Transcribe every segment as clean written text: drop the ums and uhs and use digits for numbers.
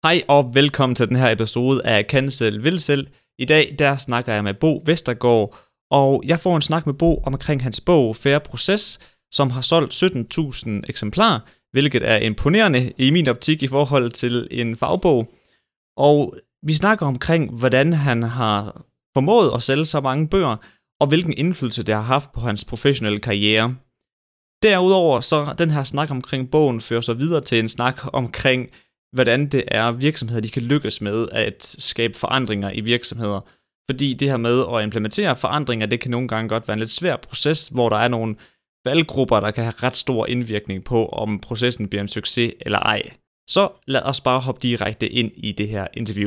Hej og velkommen til den her episode af Kan Selv, Vil Selv. I dag der snakker jeg med Bo Vestergaard, og jeg får en snak med Bo omkring hans bog Fair Proces, som har solgt 17.000 eksemplarer, hvilket er imponerende i min optik i forhold til en fagbog. Og vi snakker omkring, hvordan han har formået at sælge så mange bøger, og hvilken indflydelse det har haft på hans professionelle karriere. Derudover så den her snak omkring bogen fører sig videre til en snak omkring, hvordan det er virksomheder, de kan lykkes med at skabe forandringer i virksomheder. Fordi det her med at implementere forandringer, det kan nogle gange godt være en lidt svær proces, hvor der er nogle valggrupper, der kan have ret stor indvirkning på, om processen bliver en succes eller ej. Så lad os bare hoppe direkte ind i det her interview.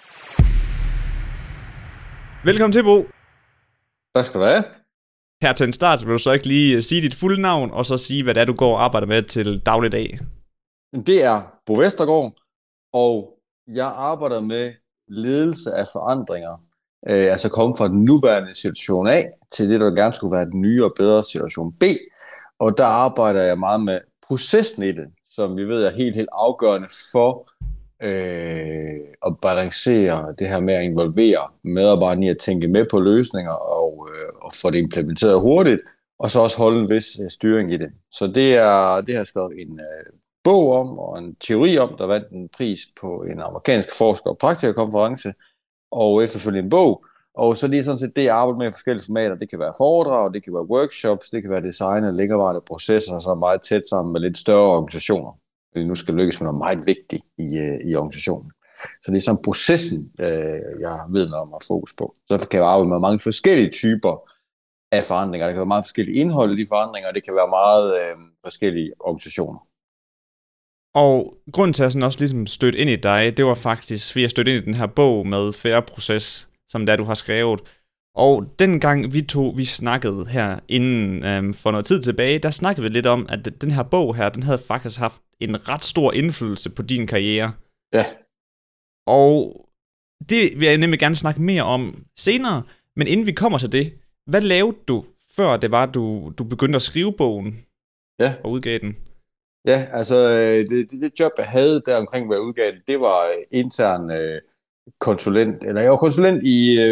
Velkommen til, Bo. Tak skal du have. Her til en start vil du så ikke lige sige dit fulde navn, og så sige, hvad det er, du går og arbejder med til dagligdag. Det er Bo Vestergaard, og jeg arbejder med ledelse af forandringer. Altså komme fra den nuværende situation A til det, der gerne skulle være den nye og bedre situation B. Og der arbejder jeg meget med processen i det, som vi ved er helt afgørende for at balancere det her med at involvere medarbejderne i at tænke med på løsninger og få det implementeret hurtigt, og så også holde en vis styring i det. Så det har jeg skrevet en bog om, og en teori om, der vandt en pris på en amerikansk forsker- og praktikerkonference, og efterfølgende en bog. Og så det er sådan set det, jeg arbejder med i forskellige formater. Det kan være foredrag, det kan være workshops, det kan være design af længerevarende processer, så meget tæt sammen med lidt større organisationer. Fordi nu skal det lykkes med noget meget vigtigt i organisationen. Så det er sådan processen, jeg ved noget om at fokus på. Så kan jeg arbejde med mange forskellige typer af forandringer. Der kan være meget forskellige indhold i de forandringer, og det kan være meget forskellige organisationer. Og grunden til at jeg sådan også ligesom stødte ind i dig, det var faktisk, fordi jeg stødte ind i den her bog med Fair Proces, som der du har skrevet. Og dengang vi snakkede her inden for noget tid tilbage, der snakkede vi lidt om, at den her bog her, den havde faktisk haft en ret stor indflydelse på din karriere. Ja. Og det vil jeg nemlig gerne snakke mere om senere, men inden vi kommer til det, hvad lavede du, før det var, du begyndte at skrive bogen og udgav den? Ja, altså det job, jeg havde der omkring, hvor jeg udgav det var intern konsulent, eller jeg var konsulent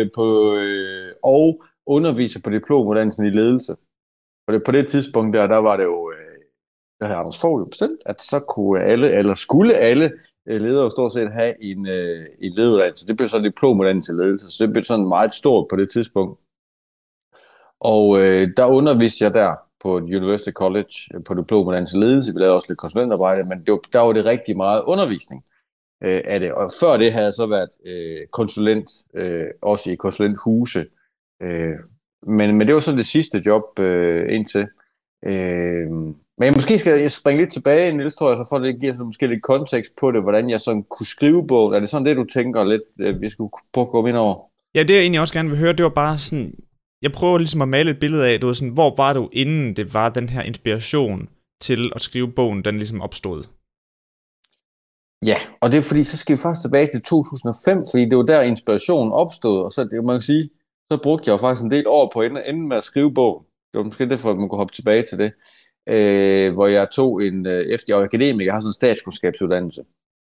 og underviser på diplomuddannelsen i ledelse. Og på det tidspunkt der var det jo, der havde Anders Fogh jo bestemt, at så kunne alle, eller skulle alle ledere stort set have en lederuddannelse. Det blev så diplomuddannelse i ledelse, så det blev sådan meget stort på det tidspunkt. Og der underviste jeg der på University College på diplomuddannelse i ledelse. Vi lavede også lidt konsulentarbejde, men der var det rigtig meget undervisning af det. Og før det havde jeg så været konsulent, også i konsulenthuse. Men det var så det sidste job indtil. Men måske skal jeg springe lidt tilbage, Niels, tror jeg, så for at det giver så måske lidt kontekst på det, hvordan jeg sådan kunne skrive bogen. Er det sådan det, du tænker lidt, vi skulle prøve at gå ind over? Ja, det jeg egentlig også gerne vil høre, det var bare sådan, jeg prøver ligesom at male et billede af, du ved sådan, hvor var du, inden det var den her inspiration til at skrive bogen, den ligesom opstod? Ja, og det er fordi, så skal vi faktisk tilbage til 2005, fordi det var der inspirationen opstod, og så det man kan sige, så brugte jeg jo faktisk en del år på enden med at skrive bogen. Det var måske derfor, at man kunne hoppe tilbage til det, hvor jeg tog efter jeg var akademiker, jeg har sådan en statskundskabsuddannelse,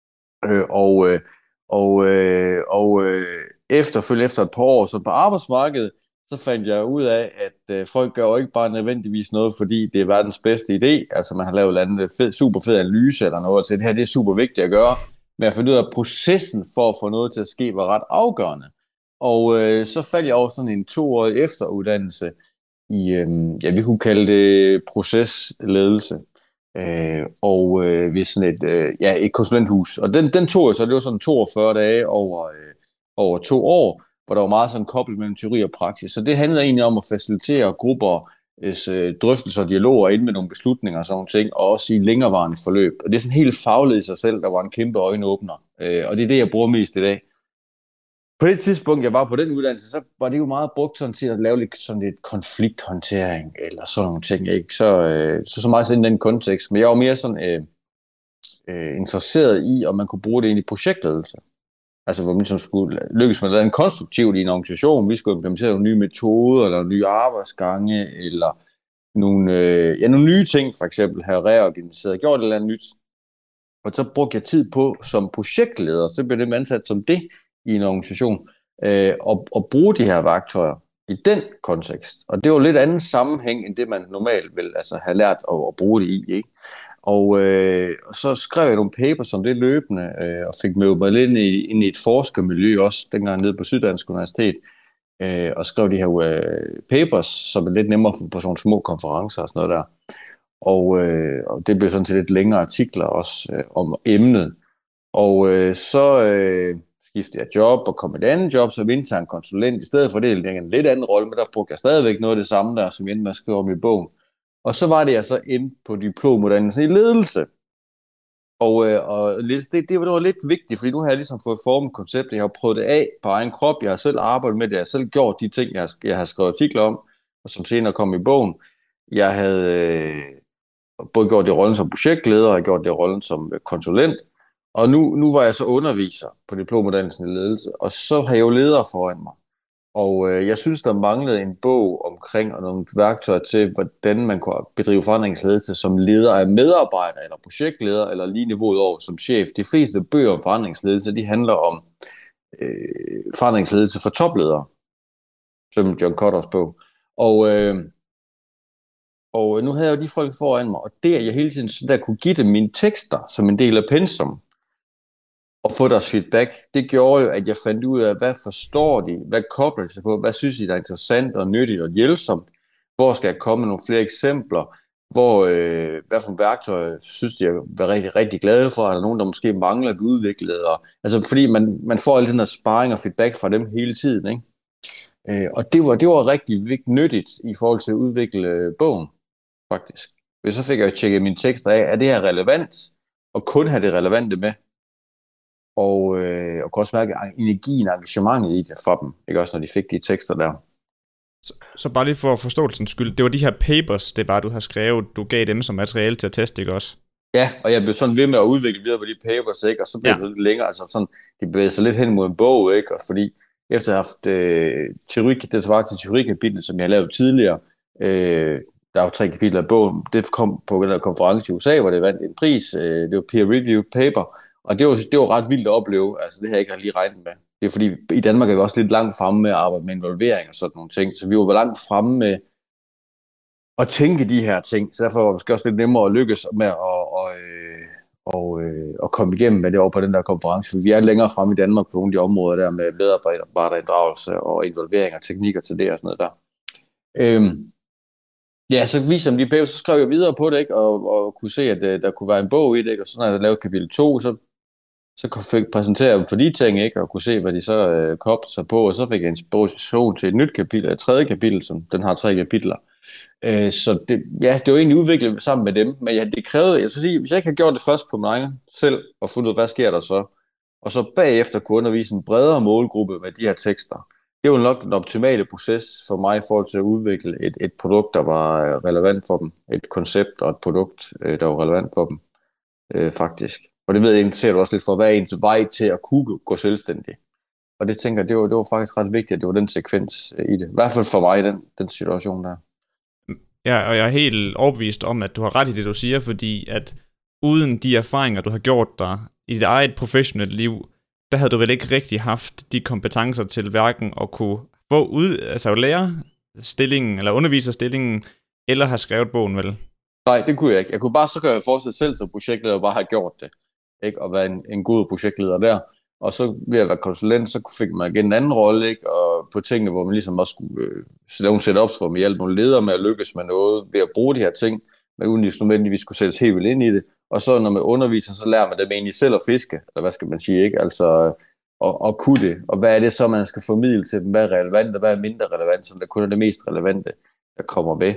efterfølgende efter et par år så på arbejdsmarkedet, så fandt jeg ud af, at folk gør jo ikke bare nødvendigvis noget, fordi det er verdens bedste idé. Altså man har lavet en super fed analyse eller noget, så det her det er super vigtigt at gøre. Men jeg fandt ud af, at processen for at få noget til at ske var ret afgørende. Og så faldt jeg over sådan en 2-årig efteruddannelse i, vi kunne kalde det procesledelse. Ved sådan et konsulenthus. Og den tog jeg så, det var sådan 42 dage over 2 år, hvor der var meget sådan koblet mellem teori og praksis. Så det handlede egentlig om at facilitere grupper, drøftelser og dialoger ind med nogle beslutninger og sådan ting, og også i længerevarende forløb. Og det er sådan helt fagligt i sig selv, der var en kæmpe øjenåbner. Og det er det, jeg bruger mest i dag. På det tidspunkt, jeg var på den uddannelse, så var det jo meget brugt sådan til at lave lidt konflikthåndtering eller sådan nogle ting. Ikke? Så meget sådan i den kontekst. Men jeg var mere sådan interesseret i, om man kunne bruge det ind i projektledelse. Altså hvor man ligesom skulle lykkes med noget konstruktivt i en organisation. Vi skulle implementere nogle nye metoder, eller nye arbejdsgange, eller nogle nye ting, for eksempel have reorganiseret, gjort et eller andet nyt. Og så brugte jeg tid på som projektleder, så blev det ansat som det i en organisation, og bruge de her værktøjer i den kontekst. Og det var lidt anden sammenhæng, end det man normalt vil altså have lært at bruge det i, ikke? Og så skrev jeg nogle papers om det løbende, og fik mig lidt ind i et forskermiljø også, dengang nede på Syddansk Universitet, og skrev de her papers, som er lidt nemmere på sådan nogle små konferencer og sådan noget der. Og det blev sådan til lidt længere artikler også om emnet. Og så skiftede jeg job og kom et andet job som intern konsulent. I stedet for det en lidt anden rolle, men der brugte jeg stadigvæk noget af det samme der, som jeg endte med at skrive om i bogen. Og så var det, jeg så endte på diplomuddannelsen i ledelse. Og det var lidt vigtigt, fordi nu har jeg ligesom fået formet konceptet. Jeg har prøvet det af på egen krop. Jeg har selv arbejdet med det. Jeg har selv gjort de ting, jeg har skrevet artikler om, og som senere kom i bogen. Jeg havde både gjort det i rollen som projektleder, og jeg gjort det i rollen som konsulent. Og nu var jeg så underviser på diplomuddannelsen i ledelse, og så har jeg jo ledere foran mig. Og jeg synes, der manglede en bog omkring og nogle værktøjer til, hvordan man kunne bedrive forandringsledelse som leder af medarbejdere, eller projektleder, eller lige niveauet over som chef. De fleste bøger om forandringsledelse, de handler om forandringsledelse for topledere, som John Kotters bog. Og nu havde jeg jo de folk foran mig, og det, at jeg hele tiden så der kunne give dem mine tekster som en del af pensum, og få deres feedback, det gjorde jo, at jeg fandt ud af, hvad forstår de, hvad kobler de sig på, hvad synes de, der er interessant og nyttigt og hjælpsomt, hvor skal jeg komme med nogle flere eksempler, hvad for værktøjer synes de, jeg var rigtig, rigtig glade for, er der nogen, der måske mangler at udvikle, altså fordi man får al den her sparring og feedback fra dem hele tiden, ikke? Og det var rigtig nyttigt i forhold til at udvikle bogen, faktisk. Så fik jeg tjekket mine tekster af, er det her relevant, og kun have det relevante med, og kunne også mærke energien og engagementet i det for dem, ikke også når de fik de tekster der. Så bare lige for forståelsens skyld, det var de her papers, det var, du har skrevet, du gav dem som materiale til at teste, ikke også? Ja, og jeg blev sådan ved med at udvikle videre på de papers, ikke? Og så blev det lidt længere, altså sådan, de bevægede sig lidt hen mod en bog, ikke? Og fordi efter at have haft det svarer til teorikapitel, som jeg har lavet tidligere, der er jo 3 kapitler af bogen, det kom på den der konference i USA, hvor det vandt en pris, det var peer-reviewed paper, og det var ret vildt at opleve, altså det har jeg ikke lige regnet med. Det er fordi, i Danmark er vi også lidt langt fremme med at arbejde med involvering og sådan nogle ting, så vi var langt fremme med at tænke de her ting, så derfor var det måske også lidt nemmere at lykkes med at komme igennem med det over på den der konference, for vi er længere fremme i Danmark på nogle af de områder der med medarbejderinddragelse og involvering og teknikker til det og sådan noget der. Ja, så viser de papers, så skrev jeg videre på det, ikke? Og kunne se, at der kunne være en bog i det, ikke? Og så når jeg lavede kapitel 2, så fik jeg præsentere dem for de ting, ikke? Og kunne se, hvad de så koblede sig på, og så fik jeg inspiration til et nyt kapitel, et 3. kapitel, som den har 3 kapitler. Så det var egentlig udviklet sammen med dem, men det krævede, jeg skal sige, hvis jeg ikke havde gjort det først på mig selv, og fundet ud af, hvad sker der så, og så bagefter kunne undervise en bredere målgruppe med de her tekster, det var nok den optimale proces for mig i forhold til at udvikle et produkt, der var relevant for dem. Et koncept og et produkt, der var relevant for dem, faktisk. Og det ved jeg egentlig, ser du også lidt for, hvad er ens vej til at kunne gå selvstændig. Og det tænker jeg, det var faktisk ret vigtigt, at det var den sekvens i det. I hvert fald for mig i den situation der. Ja, og jeg er helt overbevist om, at du har ret i det, du siger, fordi at uden de erfaringer, du har gjort dig i dit eget professionelle liv, der havde du vel ikke rigtig haft de kompetencer til hverken at kunne få lære stillingen, eller underviserstillingen, eller have skrevet bogen, vel? Nej, det kunne jeg ikke. Jeg kunne bare så gøre fortsætte selv som projektleder og bare have gjort det, ikke? Og være en god projektleder der. Og så ved at være konsulent, så fik man igen en anden rolle, ikke? Og på tingene, hvor man ligesom også skulle lave nogle setups, hvor man hjælpe nogle ledere med at lykkes med noget ved at bruge de her ting, men uden nødvendigvis skulle sættes helt vildt ind i det. Og så når man underviser, så lærer man dem egentlig selv at fiske, eller hvad skal man sige, ikke? Altså at kunne det. Og hvad er det så, man skal formidle til dem? Hvad er relevant, og hvad er mindre relevant, så det kun er det mest relevante, der kommer med.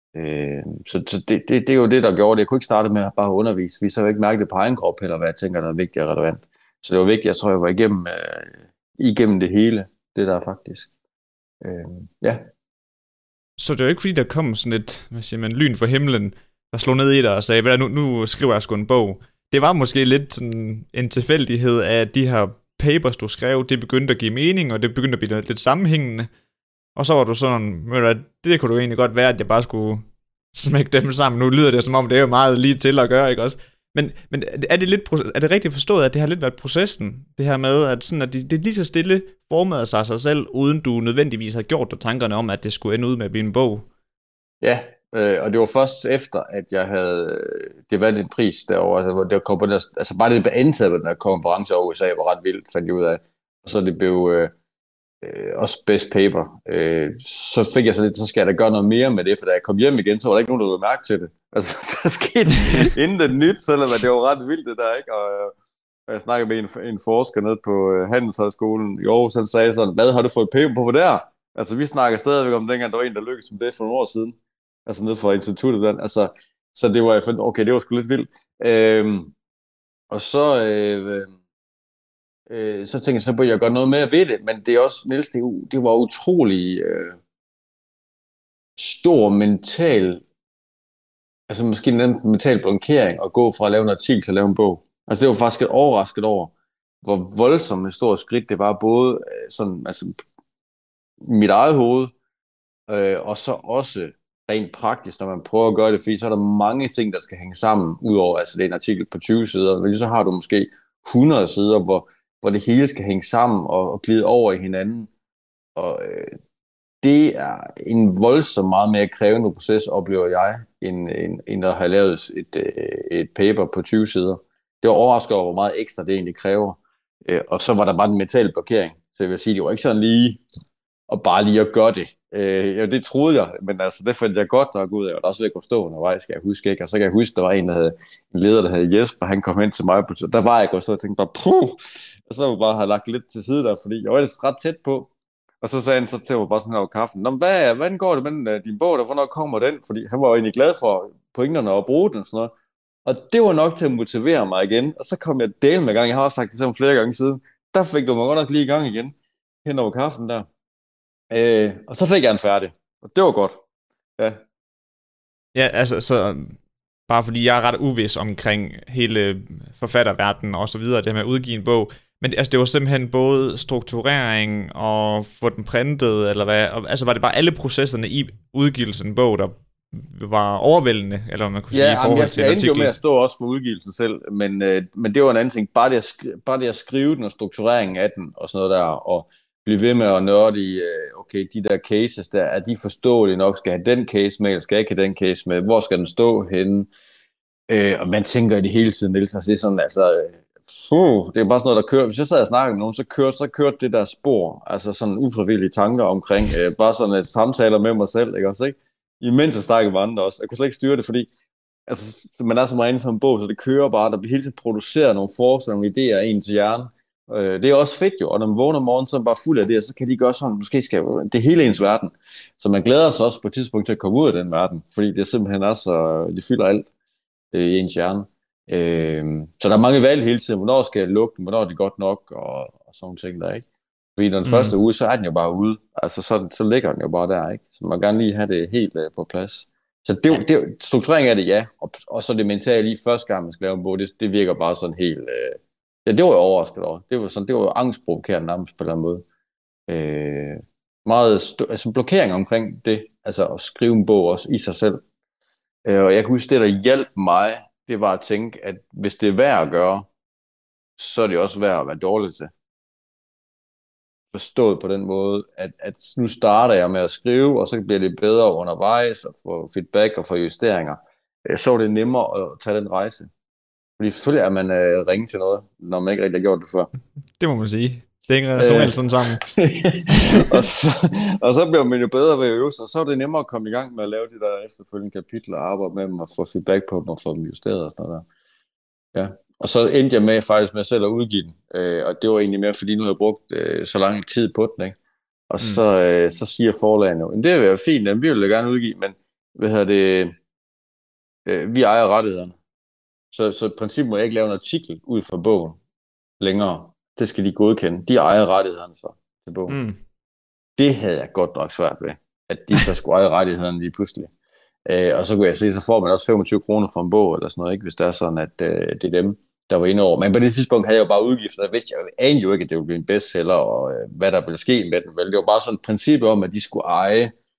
Så det er jo det, der gjorde det. Jeg kunne ikke starte med at bare undervise. Vi så jo ikke mærke det på egen krop, eller hvad jeg tænker, der er vigtigt og relevant. Så det var vigtigt, jeg tror, jeg var igennem det hele, det der faktisk. Ja. Så det er jo ikke fordi, der kom sådan et, lyn fra himlen, der slog ned i dig og sagde, nu skriver jeg sgu en bog. Det var måske lidt sådan en tilfældighed af, at de her papers, du skrev, det begyndte at give mening, og det begyndte at blive lidt sammenhængende. Og så var du sådan, det kunne du egentlig godt være, at jeg bare skulle smække dem sammen. Nu lyder det som om, det er jo meget lige til at gøre, ikke også? Men er det lidt, er det rigtigt forstået, at det har lidt været processen, det her med, at, sådan, at det lige så stille formede sig selv, uden du nødvendigvis har gjort dig tankerne om, at det skulle ende ud med at blive en bog? Ja, og det var først efter, at jeg havde det vandt en pris derovre, altså, hvor det kom på der, altså bare det blev antaget på den her konference over USA, var ret vildt, fandt jeg ud af. Og så det blev også best paper. Så fik jeg så lidt, så skal jeg da gøre noget mere med det, for da jeg kom hjem igen, så var der ikke nogen, der ville mærke til det. Altså, så skete intet nyt, selvom det var ret vildt det der, ikke? Og jeg snakkede med en forsker nede på Handelshøjskolen i Aarhus, han sagde sådan, hvad har du fået paper på der? Altså, vi snakker stadigvæk om dengang, der var en, der lykkedes med det for nogle år siden. Altså, nede fra instituttet. Der. Altså, så det var, jeg fandt, okay, det var sgu lidt vildt. Og så tænkte jeg så på, at jeg gør noget mere ved det, men det er også, Niels, det var utrolig stor mental, altså måske en mental blokering at gå fra at lave en artikel til at lave en bog. Altså det var faktisk et overrasket over, hvor voldsomt et stort skridt det var, både sådan, altså i mit eget hoved, og så også rent praktisk, når man prøver at gøre det, fordi så er der mange ting, der skal hænge sammen, udover, altså det er en artikel på 20 sider, men så har du måske 100 sider, hvor det hele skal hænge sammen og glide over i hinanden. Og det er en voldsomt meget mere krævende proces, oplever jeg, end at have lavet et paper på 20 sider. Det var overrasket over, hvor meget ekstra det egentlig kræver. Og så var der bare den mentale blokering. Så jeg vil sige, det var ikke sådan lige at gøre det. Ja, det troede jeg, men altså, det fandt jeg godt nok ud af, og der også ved at kunne stå undervejs, skal jeg huske, ikke? Og så kan jeg huske, der var en leder, der hed Jesper, han kom hen til mig, der var jeg kunne stå og tænkte bare, puh! Og så var jeg bare have lagt lidt til side der, fordi jeg var ellers ret tæt på. Og så sagde han så til mig bare sådan her over kaffen, nå, hvordan går det med din bog, der hvornår kommer den? Fordi han var jo egentlig glad for pointerne og bruge den og sådan noget. Og det var nok til at motivere mig igen, og så kom jeg dele med gang, jeg har også sagt det til ham flere gange siden, der fik du mig godt nok lige i gang igen, hen over kaffen der. Og så fik jeg en færdig, og det var godt. Ja. Ja, altså, så bare fordi jeg er ret uvis omkring hele forfatterverdenen og så videre, det med at udgive en bog, men altså, det var simpelthen både strukturering og få den printet, eller hvad, og, altså var det bare alle processerne i udgivelsen af en bog, der var overvældende, eller hvad man kunne sige, i forhold til en jeg artikel? endte jo med at stå også for udgivelsen selv, men det var en anden ting. Bare det at skrive den og struktureringen af den og sådan noget der, og blive ved med at nørde i, okay, de der cases der, er de forståelige nok? Skal jeg have den case med, eller skal jeg ikke have den case med? Hvor skal den stå henne? Og man tænker i det hele tiden, Niels, altså det er sådan, altså, det er bare sådan noget, der kører. Hvis jeg sad og snakkede med nogen, så kørte det der spor, altså sådan ufrivillige tanker omkring, bare sådan et samtaler med mig selv, ikke også, ikke? Imens jeg snakkede med andre også. Jeg kunne slet ikke styre det, fordi altså, man er så meget inde som en bog, så det kører bare, der bliver hele tiden produceret nogle forslag, nogle idéer i ens hjerne. Det er også fedt jo, og når man vågner om morgenen, så er man bare fuld af det, og så kan de gøre sådan, måske skal det er hele ens verden. Så man glæder sig også på et tidspunkt til at komme ud af den verden, fordi det simpelthen er så, det fylder alt i ens hjerne. Så der er mange valg hele tiden, hvornår skal jeg lukke den, hvornår er det godt nok, og sådan ting der, ikke? Fordi når den første uge, så er den jo bare ude, altså så ligger den jo bare der, ikke? Så man kan gerne lige have det helt på plads. Så strukturering af det, ja, og så det mentale lige første gang, man skal lave en bog, det virker bare sådan helt... Ja, det var jeg overrasket over. Det var jo angstprovokerende nærmest på en eller anden måde. Altså blokering omkring det, altså at skrive en bog også i sig selv. Og jeg kan huske, det der hjalp mig, det var at tænke, at hvis det er værd at gøre, så er det også værd at være dårlig til. Forstået på den måde, at nu starter jeg med at skrive, og så bliver det bedre undervejs, og få feedback og få justeringer. Så er det nemmere at tage den rejse. Fordi selvfølgelig er man ringe til noget, når man ikke rigtig har gjort det før. Det må man sige. Det hænger som helst sådan sammen. og så bliver man jo bedre ved at øve sig, og så er det nemmere at komme i gang med at lave de der efterfølgende kapitler, og arbejde med dem, og få feedback på dem, og få dem justeret og sådan noget der. Ja. Og så endte jeg med faktisk med selv at udgive den, og det var egentlig mere, fordi nu har jeg brugt så lang tid på den, ikke? Og så siger forlaget jo, det vil være fint, vi vil gerne udgive, men vi ejer rettighederne. Så i princippet må jeg ikke lave en artikel ud fra bogen længere. Det skal de godkende. De ejer rettighederne så til bogen. Det havde jeg godt nok svært ved, at de så skulle eje rettighederne lige pludselig. Og så kunne jeg se, så får man også 25 kroner for en bog, eller sådan noget, ikke? Hvis det er sådan, at det er dem, der var inde over. Men på det tidspunkt havde jeg jo bare udgifter. Jeg anede jo ikke, at det ville blive en bestseller, og hvad der ville ske med den. Vel? Det var bare sådan et princip om, at de skulle eje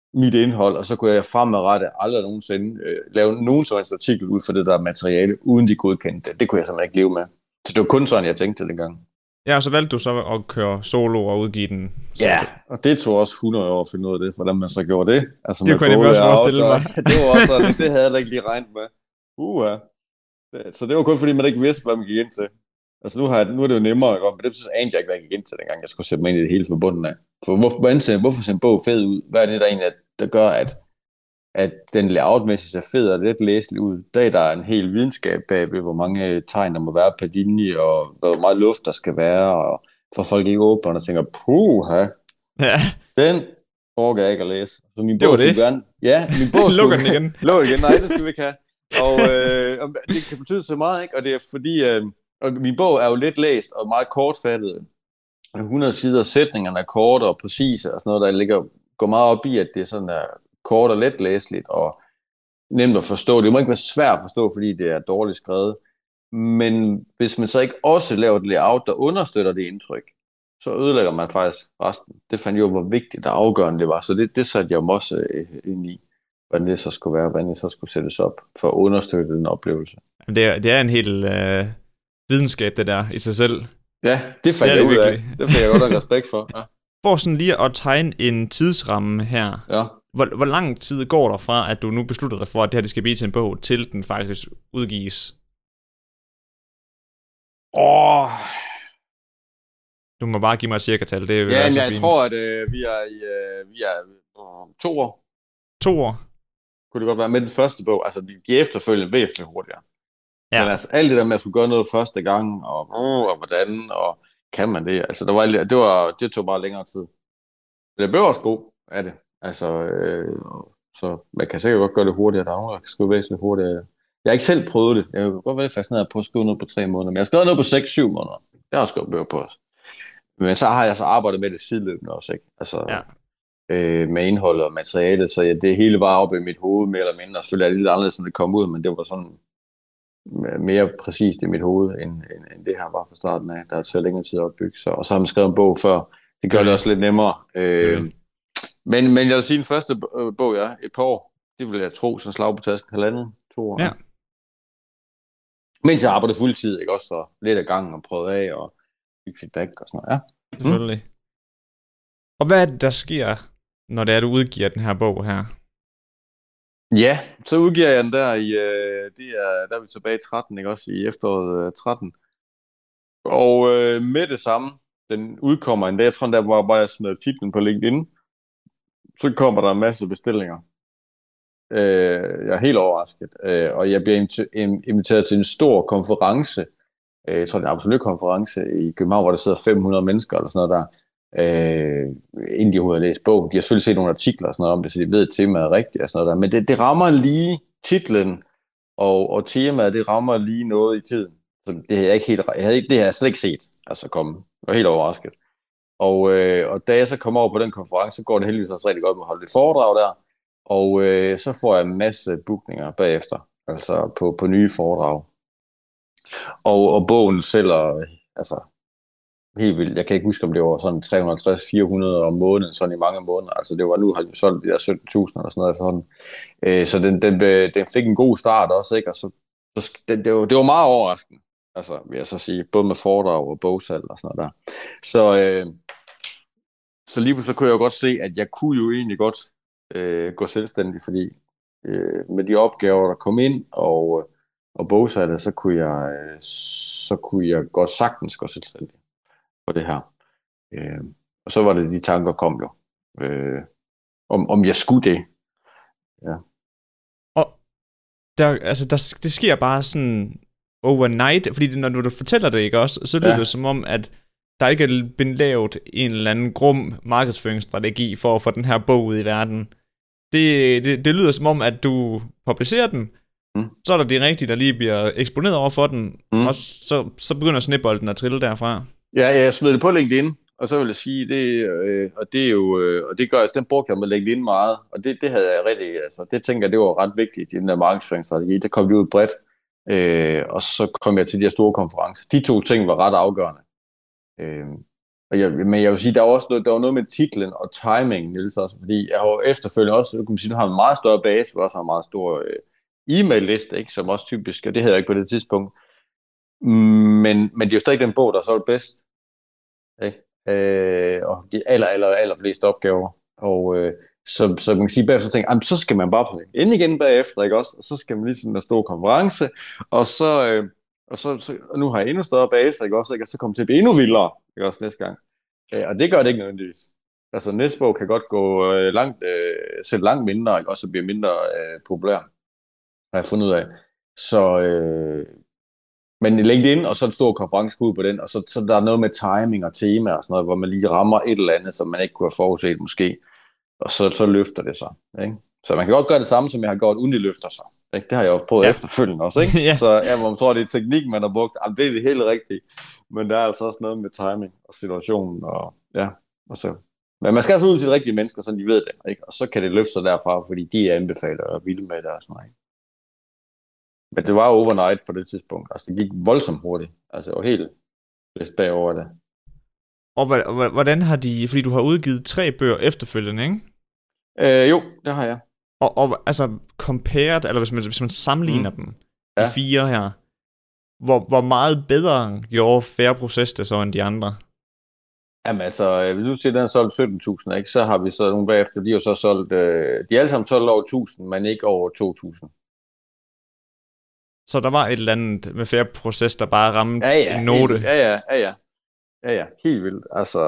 mit indhold, og så kunne jeg fremadrettet aldrig nogensinde lave nogen som helst artikel ud for det der materiale, uden de godkendte det. Det kunne jeg simpelthen ikke leve med. Så det var kun sådan, jeg tænkte dengang. Ja, og så valgte du så at køre solo og udgive den selv. Ja, og det tog også 100 år at finde ud af det, hvordan man så gjorde det. Altså Det kunne jeg også forestille mig. Det var også sådan, det havde jeg ikke lige regnet med. Så det var kun fordi, man ikke vidste, hvad man gik ind til. Altså nu er det jo nemmere at gå, men det anede jeg ikke, hvad jeg gik ind til, dengang jeg skulle sætte mig ind i det hele forbundet af. For hvorfor ser en bog fed ud? Hvad er det, der egentlig der gør, at den layoutmæssigt er fed og lidt læselig ud? Der er en hel videnskab bagved, hvor mange tegn der må være per linje, og hvor meget luft der skal være, og for folk ikke åbner og tænker, puha, den orker jeg ikke at læse. Så min bog skulle gerne... Ja, min bog lukker den igen. Lukker igen, nej, det skal vi ikke have. Og det kan betyde så meget, ikke? Og det er fordi, og min bog er jo lidt læst og meget kortfattet. 100 sider, sætningerne er korte og præcise og sådan noget, der går meget op i, at det er sådan der kort og let læseligt og nemt at forstå. Det må ikke være svært at forstå, fordi det er dårligt skrevet. Men hvis man så ikke også laver et layout, der understøtter det indtryk, så ødelægger man faktisk resten. Det fandt jo, hvor vigtigt og afgørende det var. Så det satte jeg mig også ind i, hvordan det så skulle være, hvordan det så skulle sættes op for at understøtte den oplevelse. Det er en hel videnskab, det der i sig selv. Ja, det fandt jeg ud af. Det får jeg godt nok respekt for. Ja. For sådan lige at tegne en tidsramme her. Ja. Hvor lang tid går der fra, at du nu beslutter dig for, at det her det skal blive til en bog, til den faktisk udgives? Du må bare give mig et cirka-tal. Det er ja, jeg fint. Tror, at vi er 2 år. 2 år? Kunne det godt være med den første bog. Altså, de efterfølgende væsentligt hurtigere. Ja. Men altså, alt det der med at skulle gøre noget første gang, og hvordan, og kan man det? Altså, det tog bare længere tid. Men det blev også god af det. Altså, så man kan sikkert godt gøre det hurtigere. Der er nogen, der kan skrive væsentligt hurtigere. Jeg har ikke selv prøvet det. Jeg kan godt være lidt fascineret på at skrive noget på 3 måneder. Men jeg har skrevet noget på 6-7 måneder. Jeg har skrevet bøger på os. Men så har jeg så arbejdet med det sideløbende også, ikke? Altså, med indholdet og materialet. Så det hele var oppe i mit hoved, mere eller mindre. Selvfølgelig er det lidt anderledes, når det kom ud, men det var sådan mere præcist i mit hoved, end det her var fra starten af. Der er til længere tid at opbygge. Og så har man skrevet en bog før. Det gør det også lidt nemmere. Men jeg vil sige, den første bog, et par år, det vil jeg tro, så slag på tasken 1,5-2 år. Ja. Mens jeg arbejdede fuldtid, ikke? Også så lidt af gangen og prøvede af, og fik feedback og sådan noget. Ja. Selvfølgelig. Og hvad er det, der sker, når det er, du udgiver den her bog her? Ja, så udgiver jeg den der i, der er vi tilbage i 13, ikke også, i efteråret 13. Og med det samme, den udkommer en dag, jeg tror, der var bare jeg smed titlen på LinkedIn, så kommer der en masse bestillinger. Jeg er helt overrasket, og jeg bliver inviteret til en stor konference, jeg tror, det er en absolut konference i København, hvor der sidder 500 mennesker eller sådan noget der, inden de overhovedet har læst bogen. De har selvfølgelig set nogle artikler og sådan noget om det, så de ved, at temaet er rigtigt og sådan noget der. Men det rammer lige titlen, og temaet, det rammer lige noget i tiden. Så det har jeg ikke helt, det har jeg slet ikke set, altså komme. Jeg var helt overrasket. Og da jeg så kommer over på den konference, så går det heldigvis også rigtig godt med at holde et foredrag der, og så får jeg en masse bookninger bagefter, altså på nye foredrag. Og bogen sælger, altså helt vildt. Jeg kan ikke huske, om det var sådan 350-400 om måneden, sådan i mange måneder. Altså det var nu, har de solgt de der 17.000 eller sådan noget. Så den fik en god start også, ikke? Og så det var meget overraskende, altså vil jeg så sige, både med foredrag og bogsalg og sådan noget der. Så lige så kunne jeg jo godt se, at jeg kunne jo egentlig godt gå selvstændig, fordi med de opgaver, der kom ind, og bogsalget, så kunne jeg godt sagtens gå selvstændig på det her. Og så var det, de tanker kom jo. Om jeg skulle det. Ja. Og det sker bare sådan overnight, fordi når du fortæller det, ikke også, så lyder det som om, at der ikke er blevet lavet en eller anden grum markedsføringsstrategi for at få den her bog ud i verden. Det lyder som om, at du publicerer den, så er der de rigtige, der lige bliver eksponeret over for den, og så begynder snibbolden at trille derfra. Ja, jeg smed det på LinkedIn, og så vil jeg sige, og det er jo, og det gør, den brugte jeg med LinkedIn meget, og det havde jeg rigtig, altså det tænker jeg, det var ret vigtigt i den der markedsføringsstrategi. Det kom det ud bredt, og så kom jeg til de her store konferencer. De 2 ting var ret afgørende. Men jeg vil sige, der var også noget med titlen og timing, Niels, også, fordi jeg har efterfølgende også, kan man sige, nu har en meget større base, vi også har en meget stor e-mail-liste, ikke, som også typisk, og det havde jeg ikke på det tidspunkt. Men det er jo stadig den bog, der er så bedst, ikke? Og de aller fleste opgaver. Og så man kan sige, bagefter så tænker jeg, så skal man bare på det ind igen bagefter, ikke også? Og så skal man lige sådan en stor konference, og og nu har jeg endnu større base, ikke også? Ikke? Og så kommer det til at blive endnu vildere, ikke også, næste gang. Og det gør det ikke nødvendigvis. Altså næste bog kan godt gå selv langt mindre, ikke også? Og blive mindre populær, har jeg fundet ud af. Så, men LinkedIn, og så en stor konference ud på den, og så der er noget med timing og tema og sådan noget, hvor man lige rammer et eller andet, som man ikke kunne have forudset måske, og så løfter det sig, ikke? Så man kan godt gøre det samme, som jeg har gjort, uden det løfter sig, ikke? Det har jeg jo prøvet efterfølgende også, ikke? Ja. Så ja, hvor man tror, det er teknik, man har brugt, det er det helt rigtigt, men der er altså også noget med timing og situationen, og ja, og så. Men man skal altså ud til de rigtige mennesker, så de ved det, ikke? Og så kan det løfte sig derfra, fordi de er anbefalet og vilde med det og sådan noget, ikke? Men det var overnight på det tidspunkt. Altså, det gik voldsomt hurtigt. Altså, jeg var helt læst bagover det. Og hvordan har de... Fordi du har udgivet 3 bøger efterfølgende, ikke? Jo, det har jeg. Og altså, compared, eller hvis man sammenligner dem, de 4 her, hvor meget bedre gjorde Fair Proces det så end de andre? Jamen altså, hvis du siger, den har solgt 17.000, ikke? Så har vi så nogle bagefter, de har så solgt... de er alle sammen solgt over 1.000, men ikke over 2.000. Så der var et eller andet med Fair Proces, der bare ramte en note. Ja, helt vildt. Altså,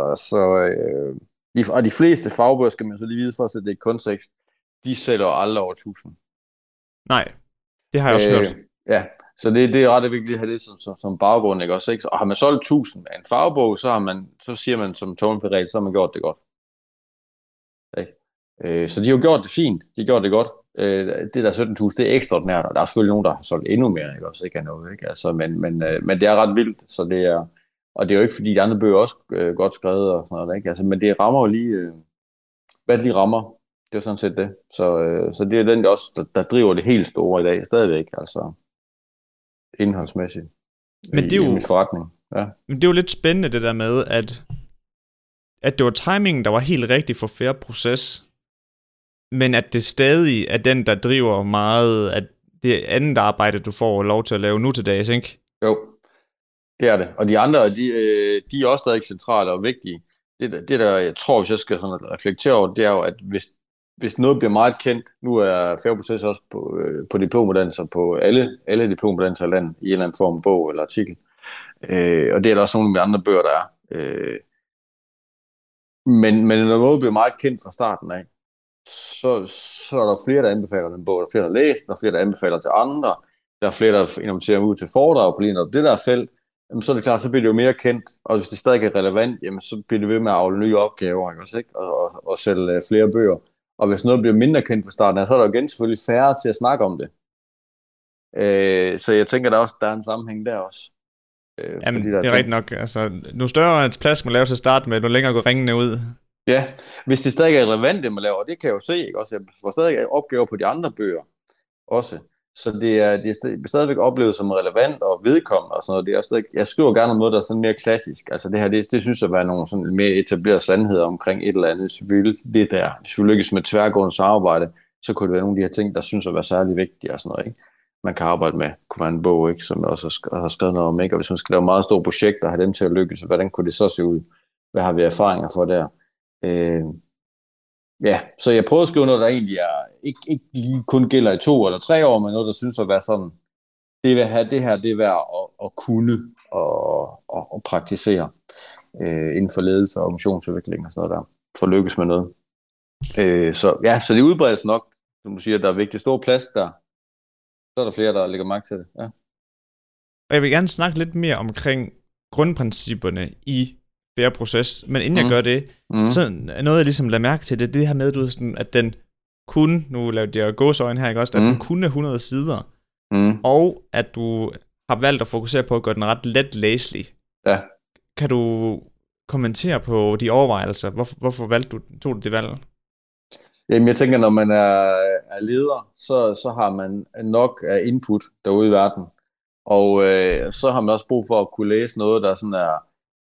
og de fleste fagbøger, skal man så lige vide for at sætte det i kontekst, de sælger aldrig over 1.000. Nej, det har jeg også hørt. Ja, så det er ret vigtigt at have det som baggrund, ikke også, ikke? Og har man solgt 1.000 af en fagbog, så siger man som tårnfærd, så har man gjort det godt. Ikke? Så de har jo gjort det fint, de har gjort det godt. Det der 17.000, det er ekstraordinært, og der er selvfølgelig nogen, der har solgt endnu mere, ikke også, ikke af noget, ikke? Altså, men det er ret vildt, så det er, og det er jo ikke fordi de andre bøger er også godt skrevet og sådan noget, ikke? Altså, men det rammer jo lige, hvad det lige rammer, det er sådan set det. Så det er den der også, der driver det helt store i dag, stadigvæk, altså indholdsmæssigt. Men det er jo, i min forretning. Ja. Men det er jo lidt spændende det der med, at det var timingen, der var helt rigtig for Fair Proces, men at det stadig er den, der driver meget af det andet arbejde, du får lov til at lave nu til dags, ikke? Jo, det er det. Og de andre, de er også stadig centrale og vigtige. Det der, jeg tror, hvis jeg skal sådan reflektere over, det er jo, at hvis noget bliver meget kendt, nu er Fair Proces også på diplomuddannelser, på alle diplomuddannelser i landet, i en eller anden form, bog eller artikel. Og det er der også nogle af de andre bøger, der er. Men når noget bliver meget kendt fra starten af, så er der flere, der anbefaler den bog. Der er flere, der læser, der er flere, der anbefaler til andre. Der er flere, der inviterer ud til foredrag på lige når det der felt. Jamen, så er det klart, så bliver det jo mere kendt. Og hvis det stadig er relevant, jamen, så bliver det ved med at afle nye opgaver, ikke også, ikke? Og sælge flere bøger. Og hvis noget bliver mindre kendt fra starten af, så er der jo igen selvfølgelig færre til at snakke om det. Så jeg tænker, der er en sammenhæng der også. Jamen, det er rigtigt nok. Altså, nu større et plads man laver til at starte med, nu længere går ringene ud. Ja, hvis det stadig er relevant, det man laver, og det kan jeg jo se, ikke også? Jeg får stadig opgaver på de andre bøger også. Så det er stadigvæk oplevet som relevant og vedkommende og sådan noget. Det er stadig, jeg skriver gerne om noget, der er sådan mere klassisk. Altså det her, det synes jeg at være nogle sådan mere etablerede sandheder omkring et eller andet. Selvfølgelig det der. Hvis vi lykkes med tværgående samarbejde, så kunne det være nogle af de her ting, der synes at være særlig vigtige og sådan noget, ikke? Man kan arbejde med, kunne være en bog, ikke? Som jeg også har skrevet noget om, ikke? Og hvis man skal lave meget store projekter og have dem til at lykkes, hvordan kunne det så se ud? Hvad har vi erfaringer for der? Ja, så jeg prøver at skrive noget, der egentlig er ikke lige kun gælder i 2 eller 3 år, men noget, der synes at være sådan, det vil have det her, det er værd at kunne og praktisere inden for ledelse og organisationsudvikling og sådan noget der, for at lykkes med noget. Så det udbredes nok, som du siger, der er vigtigt stor plads der, så er der flere, der lægger mærke til det. Ja. Og jeg vil gerne snakke lidt mere omkring grundprincipperne i Fair Proces, men inden jeg gør det, så noget jeg ligesom lader mærke til, det her med, at den kunne, nu lavede jeg gåseøjne her, ikke også, at den kunne 100 sider, og at du har valgt at fokusere på at gøre den ret let læselig. Ja. Kan du kommentere på de overvejelser? Hvorfor tog du det valg? Jamen, jeg tænker, når man er leder, så har man nok af input derude i verden, og så har man også brug for at kunne læse noget, der sådan er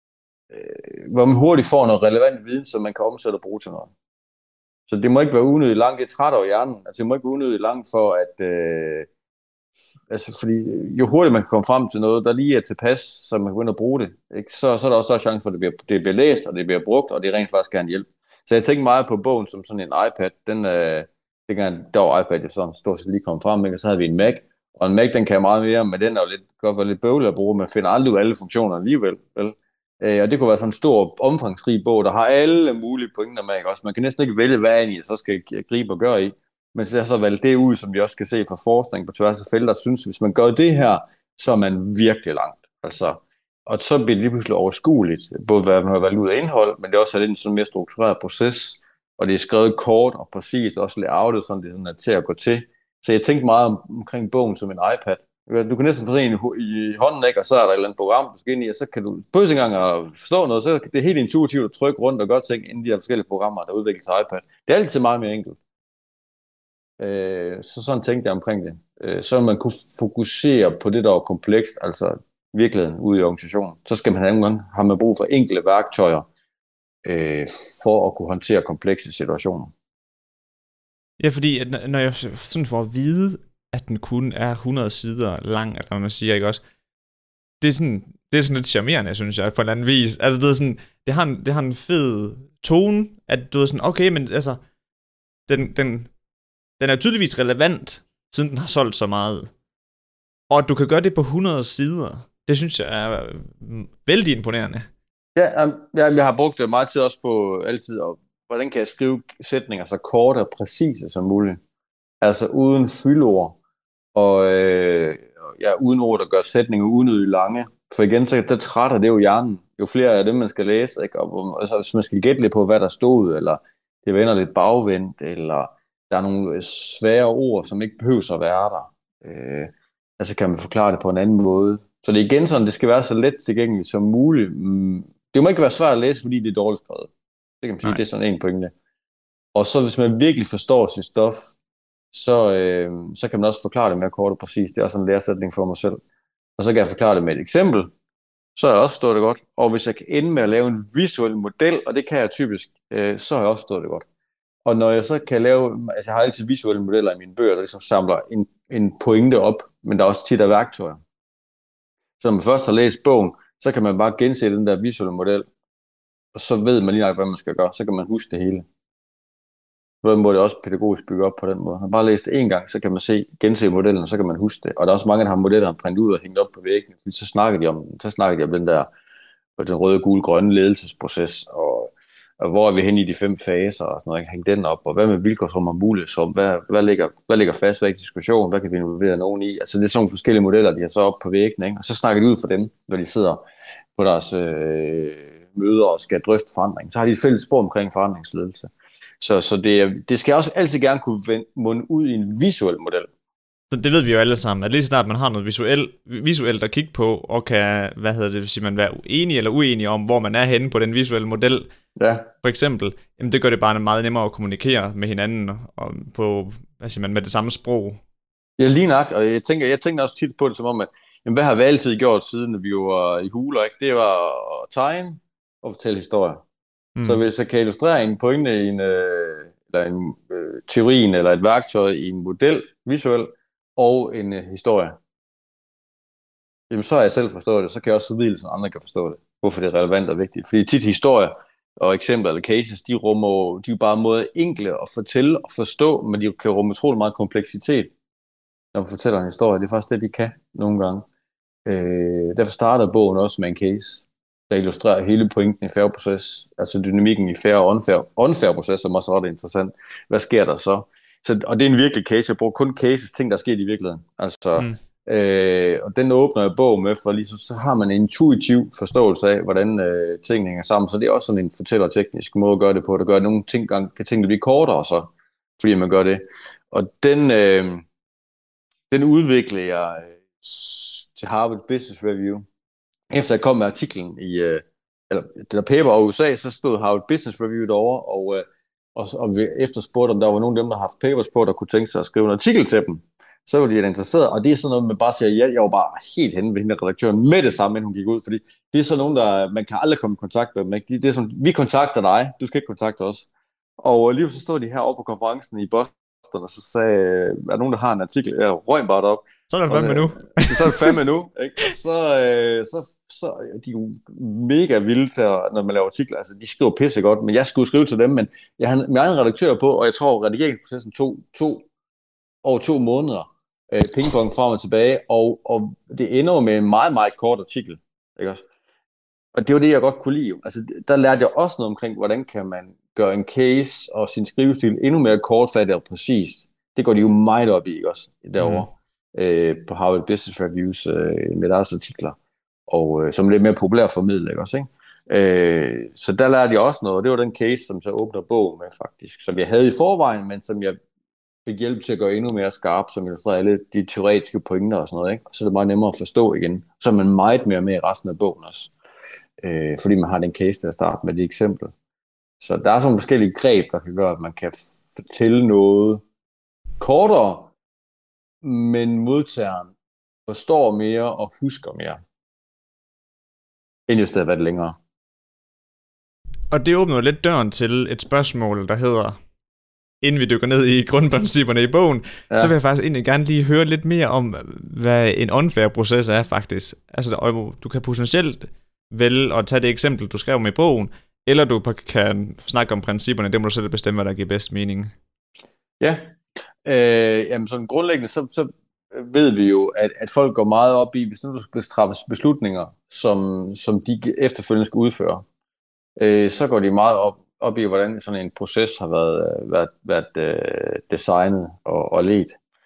hvor man hurtigt får noget relevant viden, som man kan omsætte og bruge til noget. Så det må ikke være unødigt langt. Det er træt over hjernen. Altså, det må ikke være unødigt langt for, at... altså, fordi jo hurtigt man kan komme frem til noget, der lige er tilpas, så man kan gå ind og bruge det, ikke? Så er der også større chance for, at det bliver læst, og det bliver brugt, og det rent faktisk kan hjælpe. Så jeg tænker meget på bogen som sådan en iPad. Der var iPad jo sådan stort set lige kommet frem, ikke? Og så havde vi en Mac, og en Mac, den kan meget mere, men den er jo godt være lidt bøvlet at bruge, man finder aldrig alle funktioner alligevel, vel? Og det kunne være sådan en stor, omfangsrig bog, der har alle mulige pointer med, ikke? Også man kan næsten ikke vælge, hvad en i så skal gribe og gøre i. Men så valgt det ud, som vi også skal se fra forskning på tværs af felter, synes, hvis man gør det her, så er man virkelig langt. Altså, og så bliver det lige pludselig overskueligt, både hvad man har valgt ud af indhold, men det er også en sådan mere struktureret proces, og det er skrevet kort og præcist, også layoutet, sådan det er til at gå til. Så jeg tænkte meget omkring bogen som en iPad. Du kan næsten få sådan en i hånden, ikke? Og så er der et eller andet program, du skal ind i, og så kan du på en gang at forstå noget, så det er helt intuitivt at trykke rundt og gøre ting inden de her forskellige programmer, der udvikles til iPad. Det er altid meget mere enkelt. Så sådan tænkte jeg omkring det. Så man kunne fokusere på det, der var komplekst, altså virkeligheden ude i organisationen. Så skal man have man brug for enkle værktøjer for at kunne håndtere komplekse situationer. Ja, fordi at når jeg sådan får at vide, at den kun er 100 sider lang, eller man siger, ikke også, det er sådan lidt charmerende, synes jeg, på en anden vis. Altså, det er sådan, det har en fed tone, at du er sådan, okay, men altså, den er tydeligvis relevant, siden den har solgt så meget. Og at du kan gøre det på 100 sider, det synes jeg er vældig imponerende. Ja, jeg har brugt det meget tid også på altid, og hvordan kan jeg skrive sætninger så korte og præcise som muligt? Altså uden fyldord, og uden ord, der gør sætninger unødigt lange. For igen, så der trætter det jo hjernen. Jo flere af dem, man skal læse, ikke? Og altså, hvis man skal gætte lidt på, hvad der stod, eller det vender lidt bagvendt, eller der er nogle svære ord, som ikke behøver at være der. Altså kan man forklare det på en anden måde. Så det er igen sådan, det skal være så let tilgængeligt som muligt. Det må ikke være svært at læse, fordi det er dårligt skrevet. Det kan man sige, det er sådan en pointe. Og så hvis man virkelig forstår sit stof, så kan man også forklare det mere kort og præcist. Det er også en læresætning for mig selv. Og så kan jeg forklare det med et eksempel, så har jeg også forstået det godt. Og hvis jeg kan ende med at lave en visuel model, og det kan jeg typisk, så har jeg også forstået det godt. Og når jeg så kan lave, altså jeg har altid visuelle modeller i mine bøger, der ligesom samler en pointe op, men der er også tit af værktøjer. Så når man først har læst bogen, så kan man bare gense den der visuelle model, og så ved man lige nok, hvad man skal gøre, så kan man huske det hele. På den måde er det også pædagogisk bygget op på den måde. Når man bare læst det en gang, så kan man gense modellen, og så kan man huske det. Og der er også mange, der har modeller printet ud og hængt op på væggene, fordi så snakker de om den der den røde, gule, grønne ledelsesproces, og hvor er vi henne i de 5 faser, og sådan noget, hænge den op, og hvad med vilkårsrum og mulighedsrum, hvad ligger fast væk i diskussion, hvad kan vi involvere nogen i, altså det er sådan nogle forskellige modeller, de har så op på væggene, ikke? Og så snakker de ud for dem, når de sidder på deres møder og skal drøfte forandring, så har de et fælles spor omkring forandringsledelse. Så det skal også altid gerne kunne munde ud i en visuel model. Så det ved vi jo alle sammen, at lige snart man har noget visuelt at kigge på, og kan, hvis man være enig eller uenig om, hvor man er henne på den visuelle model, ja. For eksempel, jamen det gør det bare meget nemmere at kommunikere med hinanden, og på, med det samme sprog. Ja, lige nok, og jeg tænker også tit på det som om, at jamen, hvad har vi altid gjort, siden vi var i huler, ikke? Det var at tegne og fortælle historier. Så hvis jeg kan illustrere en pointe i eller en teorien eller et værktøj i en model, visuel, og en historie, jamen så har jeg selv forstået det, så kan jeg også formidle, så andre kan forstå det, hvorfor det er relevant og vigtigt. Fordi tit historier og eksempler eller cases, de er jo bare måder enkle at fortælle og forstå, men de kan rumme utrolig meget kompleksitet, når man fortæller en historie. Det er faktisk det, de kan nogle gange. Derfor starter bogen også med en case, der illustrerer hele pointen i fair-proces, altså dynamikken i fair og unfair-proces, som også er ret interessant. Hvad sker der så? Og det er en virkelig case. Jeg bruger kun cases, ting, der sker i virkeligheden. Altså, og den åbner jeg bog med, for lige så har man en intuitiv forståelse af, hvordan tingene hænger sammen. Så det er også sådan en fortællerteknisk måde at gøre det på. Der gør nogle ting, kan tingene blive kortere så, fordi man gør det. Og den udvikler jeg til Harvard Business Review. Efter jeg kom med artiklen i det der paper over USA, så stod Harvard Business Review derovre, og vi efterspurgte, om der var nogen af dem, der har haft papers på, der kunne tænke sig at skrive en artikel til dem. Så var de interesseret, og det er sådan noget, man bare siger, ja, jeg var bare helt henne ved hende redaktøren med det samme, inden hun gik ud, fordi Det er så nogen, man kan aldrig komme i kontakt med dem. Ikke? Det er sådan, vi kontakter dig, du skal ikke kontakte os. Og lige så stod de heroppe på konferencen i Boston, og så sagde, er der nogen, der har en artikel, jeg røg bare op. Så er det fandme nu. Så er det fandme nu. Ikke? Og så de er jo mega vilde til, når man laver artikler. Altså, de skriver pisse godt, men jeg skulle skrive til dem, men jeg har min egen redaktør på, og jeg tror, redigeringsprocessen tog over 2 måneder. Pingpong frem og tilbage, og det ender jo med en meget, meget kort artikel. Ikke også? Og det var det, jeg godt kunne lide. Altså, der lærte jeg også noget omkring, hvordan kan man gøre en case og sin skrivestil endnu mere kortfattet og præcis. Det går de jo meget op i, ikke også, derovre på Harvard Business Reviews med deres artikler, og som er lidt mere populært formidlet, ikke også, ikke? Så der lærte jeg også noget, og det var den case, som så åbner bogen med, faktisk, som jeg havde i forvejen, men som jeg fik hjælp til at gøre endnu mere skarp, som illustrerer alle de teoretiske pointer og sådan noget, ikke? Og så er det meget nemmere at forstå igen, så er man meget mere med i resten af bogen også. Fordi man har den case til at starte med det eksempel. Så der er sådan forskellige greb, der kan gøre, at man kan fortælle noget kortere, men modtageren forstår mere og husker mere, end hvis det havde været længere. Og det åbner lidt døren til et spørgsmål, der hedder, inden vi dykker ned i grundprincipperne i bogen, så vil jeg faktisk egentlig gerne lige høre lidt mere om, hvad en unfair proces er faktisk. Altså, du kan potentielt vælge at tage det eksempel, du skrev med i bogen, eller du kan snakke om principperne. Det må du selv bestemme, hvad der giver bedst mening. Ja, jamen sådan grundlæggende, så ved vi jo, at folk går meget op i, hvis nu der skal træffes beslutninger, som de efterfølgende skal udføre, så går de meget op i, hvordan sådan en proces har været designet og ledt.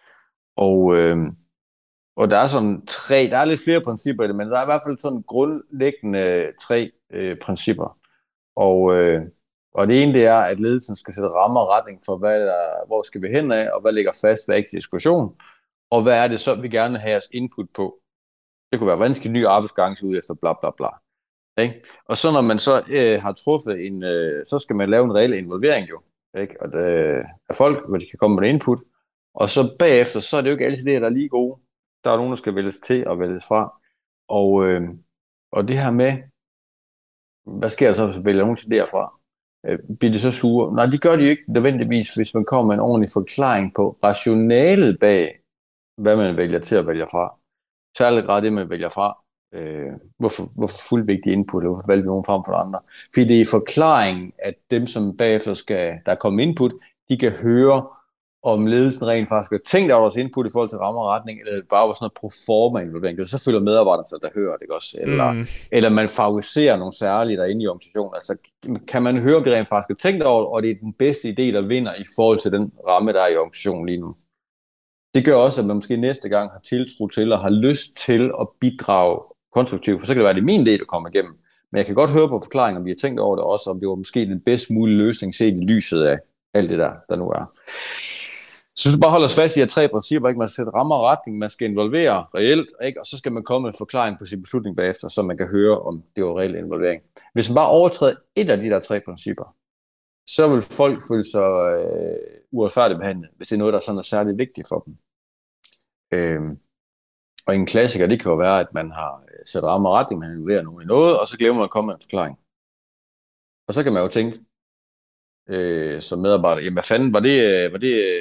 Og der er sådan der er lidt flere principper i det, men der er i hvert fald sådan grundlæggende 3 principper. Og det ene, det er, at ledelsen skal sætte rammer og retning for, hvor skal vi hen af, og hvad ligger fast, hvad er ikke diskussion, og hvad er det så, vi gerne vil have os input på. Det kunne være, hvordan skal en ny arbejdsgang se ud efter bla bla bla. Ikke? Og så når man så har truffet så skal man lave en reel involvering jo, ikke? Og af folk, hvor de kan komme med input, og så bagefter, så er det jo ikke alle idéer, der er lige gode. Der er nogen, der skal vælges til og vælges fra. Og det her med, hvad sker der så, hvis vi vælger nogle idéer fra? Bliver de så sure? Nej, de gør de jo ikke nødvendigvis, hvis man kommer med en ordentlig forklaring på rationalet bag, hvad man vælger til at vælge fra. Særligt grad det, man vælger fra. Hvorfor fuldvægtig input, eller hvorfor vælger vi nogen frem for andre? Fordi det er forklaringen, at dem, som bagefter der er kommet input, de kan høre, om ledelsen rent faktisk har tænkt over deres input i forhold til rammer og retning, eller bare var sådan noget proforma involvering. Så føler medarbejderne sig, der hører det også. Eller man favoriserer nogle særlige derinde i organisationen. Altså kan man høre, om det rent faktisk har tænkt over, og det er den bedste idé, der vinder i forhold til den ramme, der er i organisationen lige nu. Det gør også, at man måske næste gang har tiltro til, og har lyst til at bidrage konstruktivt, for så kan det være, det er min idé, der kommer igennem. Men jeg kan godt høre på forklaringen, om vi har tænkt over det også, om det var måske den bedst mulige løsning set i lyset af alt det der nu er. Så du bare holder os fast i de 3 principper, ikke? Man skal sætte rammer og retning, man skal involvere reelt, ikke? Og så skal man komme med en forklaring på sin beslutning bagefter, så man kan høre, om det var reel involvering. Hvis man bare overtræder et af de der 3 principper, så vil folk føle sig uretfærdigt behandlet, hvis det er noget, der sådan er særligt vigtigt for dem. Og en klassiker, det kan jo være, at man har sat rammer og retning, man involverer nogen i noget, og så glemmer man at komme med en forklaring. Og så kan man jo tænke, som medarbejder, jamen hvad fanden, var det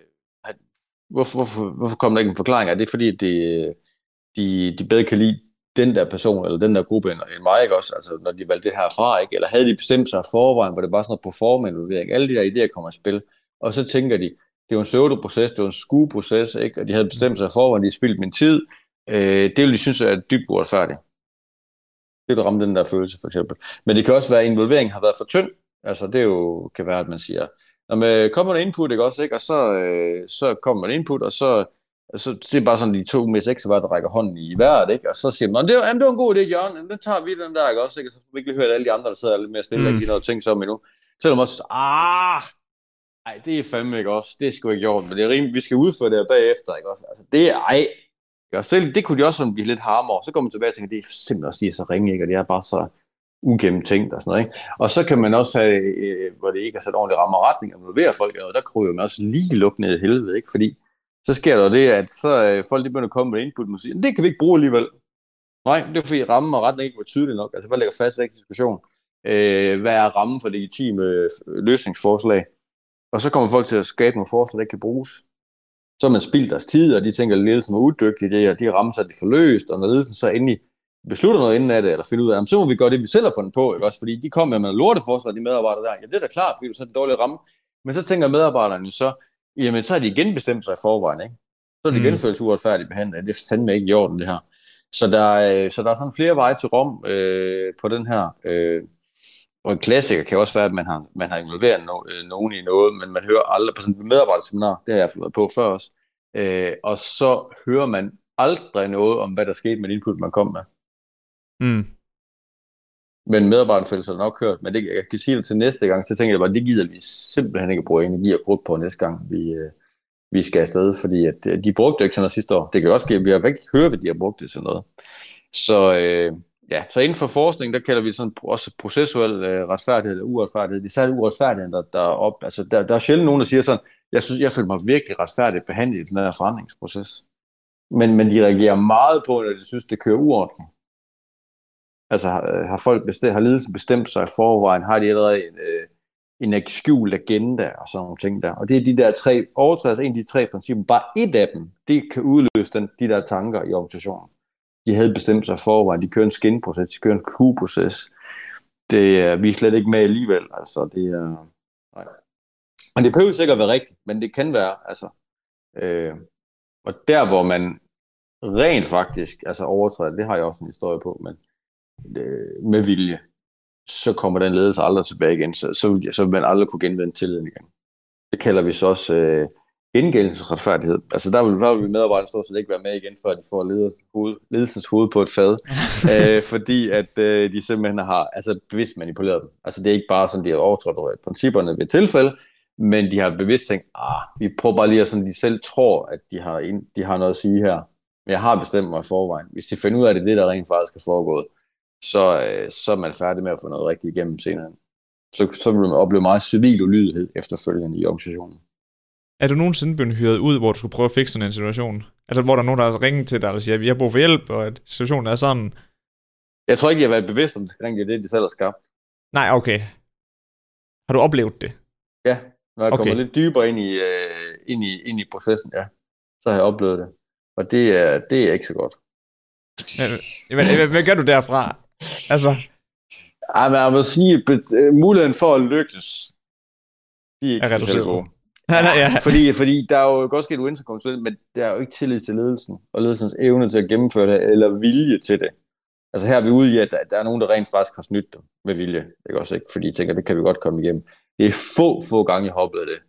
hvorfor kom der ikke en forklaring? Er det fordi, at de bedre kan lide den der person, eller den der gruppe end mig, ikke også? Altså, når de valgte det her fra, ikke? Eller havde de bestemt sig forvejen, hvor det bare sådan noget proforma-involvering? Alle de der idéer kommer i spil. Og så tænker de, det var en pseudo-proces, det var en skueproces, ikke? Og de havde bestemt sig forvejen, de havde spildt min tid. Det ville de synes er dybt uretfærdigt. Det vil ramme den der følelse, for eksempel. Men det kan også være, at involveringen har været for tynd. Altså, det jo kan være, at man siger, når man kommer der input, ikke også, ikke? Og så kommer man input, og så det er bare sådan, de 2 mest ekstra, der rækker hånden i vejret, ikke? Og så siger man, det var en god idé, Jørgen, den tager vi den der, ikke også, ikke? Og så får vi ikke hørt alle de andre, der sidder lidt mere stille, ikke? De har noget tænkt sig om endnu. Selvom også, nej, det er fandme ikke også, det er sgu ikke gjort, men det er rimeligt, vi skal udføre det bagefter, ikke også? Altså, det er, det kunne de også sådan blive lidt harmere, så kommer man tilbage og tænker, det er simpelthen også, de er så ringe, ikke? Og det er bare så ugennemtænkt og sådan noget, ikke? Og så kan man også have, hvor det ikke er sat ordentligt rammer og retning, og involvere folk, og der kryber man også lige lukket ned i helvede, ikke? Fordi så sker der det, at så folk de begynder at komme med input, og siger, det kan vi ikke bruge alligevel. Nej, det er fordi rammen og retning ikke var tydelig nok. Altså, hvad ligger fast i diskussion? Hvad er rammen for legitime løsningsforslag? Og så kommer folk til at skabe nogle forslag, der ikke kan bruges. Så har man spildt deres tid, og de tænker, at ledelsen er udygtige, og de rammer sig, de forløst, og når ledelsen så endelig beslutter noget inden af det, eller finder ud af, så må vi gøre det, vi selv har fundet på, ikke også? Fordi de kommer med lorteforslag, de medarbejdere der. Ja, det er da klart, fordi du så er en dårlig ramme. Men så tænker medarbejderne jo så, jamen så har de igen bestemt sig i forvejen, ikke? Så er de igen følt uretfærdigt behandlet. Det er fandme ikke i orden, det her. Så der er sådan flere veje til Rom på den her. Og en klassiker kan også være, at man har involveret nogen i noget, men man hører aldrig på sådan et medarbejderseminar, det har jeg været på før også, og så hører man aldrig noget om, hvad der skete med det input, man kom med. Mm. Men medarbejderne føler sig nok hørt, men det, jeg kan sige det til næste gang, så tænker jeg bare, det gider vi simpelthen ikke bruge energi og krudt på næste gang, vi skal afsted, fordi at de brugte det ikke sådan noget sidste år. Det kan også ske, at vi har ikke hørt, hvad de har brugt det til noget. Så ja, så inden for forskning, der kalder vi sådan også processuel retfærdighed eller uretfærdighed. Det er særligt uretfærdigheden, der er op. Altså, der er sjældent nogen, der siger sådan, jeg føler mig virkelig retfærdigt behandlet i den her forandringsproces. Men de reagerer meget på, når de synes, det kører uordentligt. Altså har ledelsen bestemt sig i forvejen, har de allerede en skjult agenda og sådan nogle ting der. Og det er de der tre overtrædelser, en af de tre principper. Bare et af dem, det kan udløse de der tanker i organisationen. De havde bestemt sig forvejen. De kører en skin-proces, de kører en Q-proces. Vi er slet ikke med alligevel. Altså, det er... Nej. Og det behøver sikkert være rigtigt, men det kan være. Altså, og der, hvor man rent faktisk overtræder, det har jeg også en historie på, men med vilje, så kommer den ledelse aldrig tilbage igen. Så vil man aldrig kunne genvinde tilliden igen. Det kalder vi så også gengældelsesretfærdighed. Altså der vil medarbejderne stort set ikke være med igen, før de får ledelsens hoved på et fad. Fordi at de simpelthen har bevidst manipuleret dem. Altså det er ikke bare sådan, de har overtrådt principperne ved tilfælde, men de har bevidst tænkt, vi prøver bare lige at sådan, de selv tror, at de har noget at sige her. Men jeg har bestemt mig i forvejen. Hvis de finder ud af, det der rent faktisk er foregået, så er man færdig med at få noget rigtigt igennem senere. Så vil man opleve meget civil ulydighed efterfølgende i organisationen. Er du nogensinde blevet hyret ud, hvor du skulle prøve at fikse sådan en situation? Altså, hvor der er nogen, der har ringet til dig og siger, vi har brug for hjælp, og at situationen er sådan? Jeg tror ikke, jeg har været bevidst om det, de selv har skabt. Nej, okay. Har du oplevet det? Ja, når jeg kommer lidt dybere ind i processen, ja, så har jeg oplevet det. Og det er ikke så godt. Hvad gør du derfra? Altså... men jeg vil sige, at muligheden for at lykkes, de er ikke reduceret gode. Ja. Fordi der er jo godt sket uinterkonsulent, men der er jo ikke tillid til ledelsen, og ledelsens evne til at gennemføre det, eller vilje til det. Altså her er vi ude i, at der er nogen, der rent faktisk har snydt dem med vilje. Ikke også ikke? Fordi de tænker, det kan vi godt komme igennem. Det er få gange, jeg har oplevet det.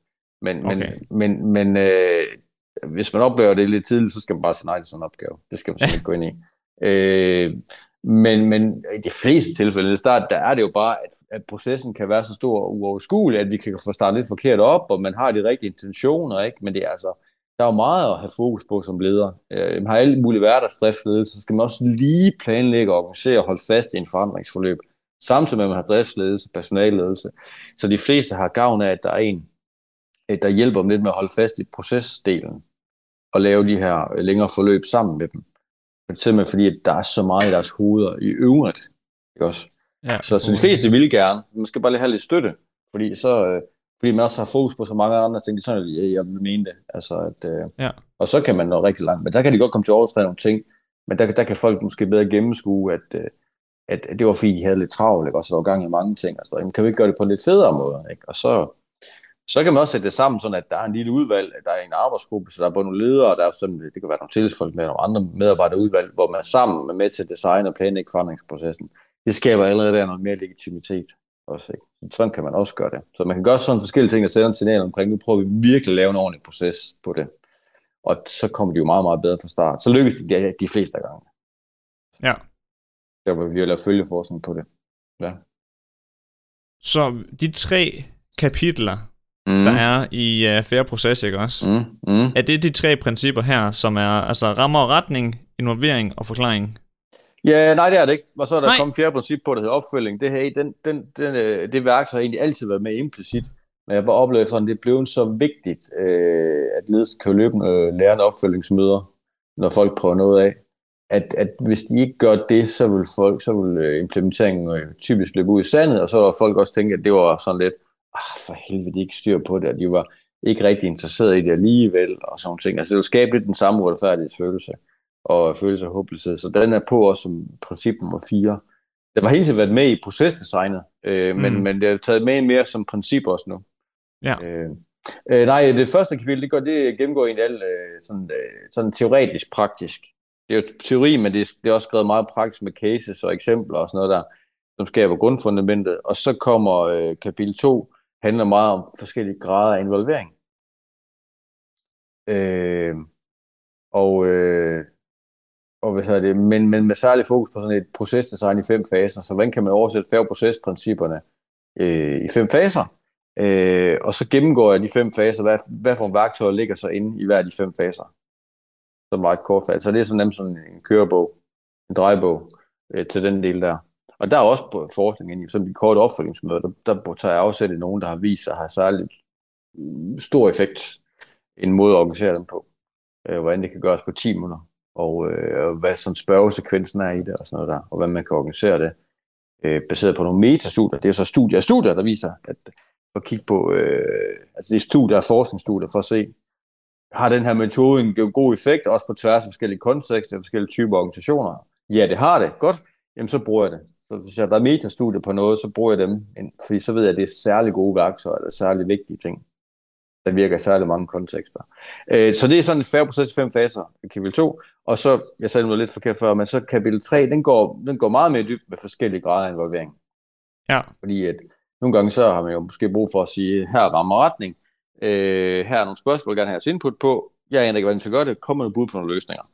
Men hvis man oplever det lidt tidligt, så skal man bare sige nej til sådan en opgave. Det skal man simpelthen ikke gå ind i. Men i de fleste tilfælde, der er det jo bare, at processen kan være så stor og uoverskuelig, at vi kan få startet lidt forkert op, og man har de rigtige intentioner, ikke? Men det er der er jo meget at have fokus på som leder. Man har alle mulige hverdagsdriftsledelse, så skal man også lige planlægge og organisere og holde fast i en forandringsforløb, samtidig med, at man har driftsledelse, personalledelse. Så de fleste har gavn af, at der er en, der hjælper dem lidt med at holde fast i procesdelen, og lave de her længere forløb sammen med dem. Simpelthen fordi, at der er så meget i deres hoveder i øvrigt. Ikke også? Ja, så de fleste vil gerne. Man skal bare lige have lidt støtte. Fordi man også har fokus på så mange andre ting. Det er sådan, at jeg vil mene det. Og så kan man nå rigtig langt. Men der kan de godt komme til at overtræde nogle ting. Men der kan folk måske bedre gennemskue, at det var fordi, de havde lidt travlt. Ikke? Og så var gang i mange ting. Altså, kan vi ikke gøre det på en lidt federe måde? Ikke? Og så kan man også sætte det sammen, sådan at der er en lille udvalg, at der er en arbejdsgruppe, så der er både nogle ledere, der er sådan, det kan være nogle tillidsfolk med nogle andre medarbejderudvalg, hvor man sammen er med til at designe og planlægge forandringsprocessen. Det skaber allerede der noget mere legitimitet også, ikke? Sådan kan man også gøre det. Så man kan gøre sådan forskellige ting, der sætter en signal omkring, nu prøver vi virkelig at lave en ordentlig proces på det. Og så kommer de jo meget, meget bedre fra start. Så lykkes det de fleste gange. Ja. Der vil vi jo lave følgeforskning på det. Ja. Så de 3 kapitler, der er i fair proces, ikke også? Er det de 3 principper her, som er rammer og retning, involvering og forklaring? Ja, nej, det er det ikke. Og så er der kommet 4. princip på, der hedder opfølging. Det værktøj har egentlig altid været med implicit, men jeg har bare oplevet sådan, det blev så vigtigt, at ledelsen kan løbe lærende opfølgingsmøder, når folk prøver noget af, at hvis de ikke gør det, så vil implementeringen typisk løbe ud i sandet, og så vil folk også tænke, at det var sådan lidt, for helvede, de ikke styr på det, og de var ikke rigtig interesseret i det alligevel, og sådan ting. Altså det vil skabe lidt den samme uretfærdighedsfølelse, og følelse af håbløshed. Så den er på også som princip nummer 4. Det var hele tiden været med i procesdesignet, men det er taget med mere som princip også nu. Ja. Nej, det første kapitel, det gennemgår egentlig alt sådan teoretisk praktisk. Det er jo teori, men det er også skrevet meget praktisk med cases og eksempler og sådan noget der, som skaber grundfundamentet. Og så kommer kapitel 2, handler meget om forskellige grader af involvering. Men med særlig fokus på sådan et procesdesign i 5 faser. Så hvordan kan man oversætte færgeprocesprincipperne i 5 faser? Og så gennemgår jeg de 5 faser, hvad for værktøjer ligger så inde i hver af de 5 faser. Som var et kort fald. Så det er nemt sådan en kørebog, en drejebog til den del der. Og der er også forskning ind i, som de korte opfølgningsmøder, der tager jeg afsæt i nogen, der har vist sig at have særlig stor effekt, en måde at organisere dem på. Hvordan det kan gøres på 10 minutter, og hvad sådan spørgesekvensen er i det, og sådan noget der, og hvordan man kan organisere det, baseret på nogle metastudier. Det er så studier, der viser, at kigge på, altså det er studier og forskningsstudier, for at se, har den her metode en god effekt, også på tværs af forskellige kontekster, forskellige typer organisationer? Ja, det har det. Godt. Jamen, så bruger jeg det. Så hvis der er metastudier på noget, så bruger jeg dem, fordi så ved jeg, at det er særlig gode værktøjer, eller særlig vigtige ting, der virker i særlig mange kontekster. Så det er sådan en færre proces i 5 faser, kapitel 2, og så, jeg sagde noget lidt forkert før, men så kapitel 3, den går meget mere dybt med forskellige grader af involvering. Ja. Fordi at nogle gange så har man jo måske brug for at sige, her rammer retning, her er nogle spørgsmål, jeg gerne have jeres input på, jeg aner ikke, hvordan jeg skal gøre det, kommer nogle bud på nogle løsninger.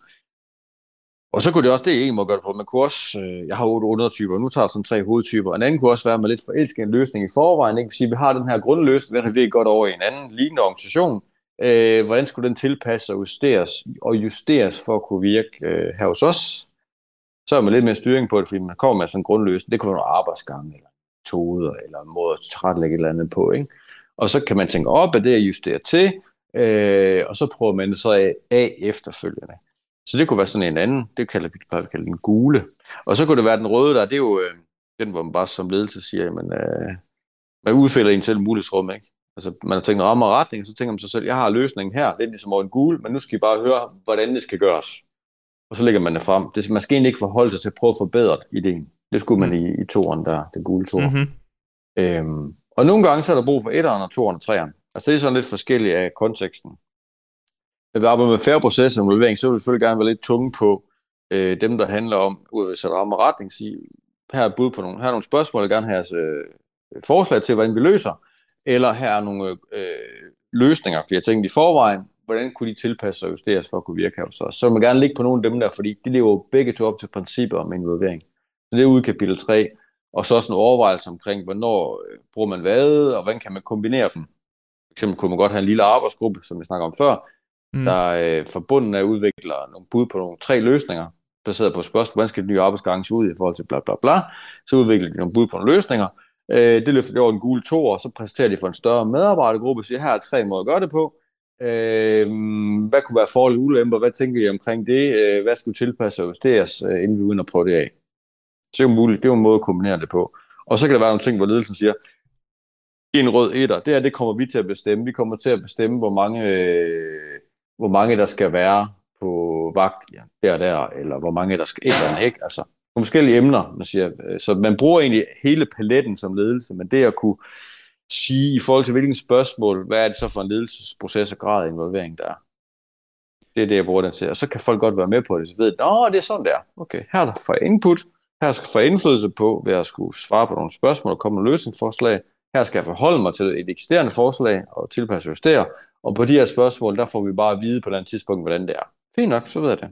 Og så kunne det også, det en måde at gøre det på, man kunne også, jeg har 8 undertyper, og nu tager jeg sådan 3 hovedtyper, og en anden kunne også være med lidt forelsket en løsning i forvejen, ikke? Fordi vi har den her grundløsning, den har virkelig godt over i en anden lignende organisation. Hvordan skulle den tilpasse og justeres for at kunne virke her hos os? Så er man lidt mere styring på det, fordi man kommer med sådan en grundløsning, det kunne være nogle arbejdsgange, eller metoder, eller en måde at tilrettelægge et eller andet på, ikke? Og så kan man tænke op af det og justere til, og så prøver man det så af efterfølgende. Så det kunne være sådan en anden, det kalder vi den gule. Og så kunne det være den røde der, det er jo den, hvor man bare som ledelse siger, jamen, man udfælder en selv mulighedsrum, ikke? Altså man har tænkt om og retning, så tænker man sig selv, jeg har løsningen her, det er ligesom over en gule, men nu skal I bare høre, hvordan det skal gøres. Og så lægger man det frem. Man skal egentlig ikke forholde sig til at prøve at forbedre ideen. Det skulle man i toeren der, den gule toer. Mm-hmm. Og nogle gange så er der brug for 1'eren og 2'eren og 3'eren. Altså det er sådan lidt forskelligt af konteksten. Når vi arbejder med færre processer og involvering, så vil vi selvfølgelig gerne være lidt tunge på dem, der handler om, hvis jeg rammer retning, sige, her er bud på her er nogle spørgsmål, jeg gerne have jeres forslag til, hvordan vi løser, eller her er nogle løsninger, vi har tænkt i forvejen, hvordan kunne de tilpasse sig og justeres for at kunne virke her hos os. Så vil man gerne ligge på nogle af dem der, fordi de lever begge to op til principper om involvering. Så det er ude i kapitel 3, og så også en overvejelse omkring, hvornår bruger man hvad, og hvordan kan man kombinere dem. For eksempel kunne man godt have en lille arbejdsgruppe, som vi snakker om før, der forbundet af udvikler nogle bud på nogle 3 løsninger, baseret på spørgsmål, hvordan skal den nye arbejdsgang se ud i forhold til bla bla bla. Så udvikler de nogle bud på nogle løsninger. Det løfter de over en gule 2, og så præsenterer de for en større medarbejdergruppe og siger, her er 3 måder at gøre det på. Hvad kunne være fordele og ulemper? Hvad tænker I omkring det? Hvad skal vi tilpasse og justeres, inden vi uden at prøve det af? Så det er jo en måde at kombinere det på. Og så kan der være nogle ting, hvor ledelsen siger, en rød etter, det kommer vi til at bestemme. Vi kommer til at bestemme, hvor mange der skal være på vagt, ja, der, eller hvor mange der skal et eller andet, ikke? Altså, på forskellige emner, man siger. Så man bruger egentlig hele paletten som ledelse, men det at kunne sige i forhold til hvilken spørgsmål, hvad er det så for en ledelsesproces og grad af involvering, der er. Det er det, jeg bruger den til. Og så kan folk godt være med på det, så ved det er sådan der. Okay, her er der for input, her skal få indflydelse på, ved at skulle svare på nogle spørgsmål og komme med løsningsforslag. Her skal jeg forholde mig til et eksisterende forslag og tilpasse og justere. Og på de her spørgsmål, der får vi bare at vide på den tidspunkt, hvordan det er. Fint nok, så ved jeg det.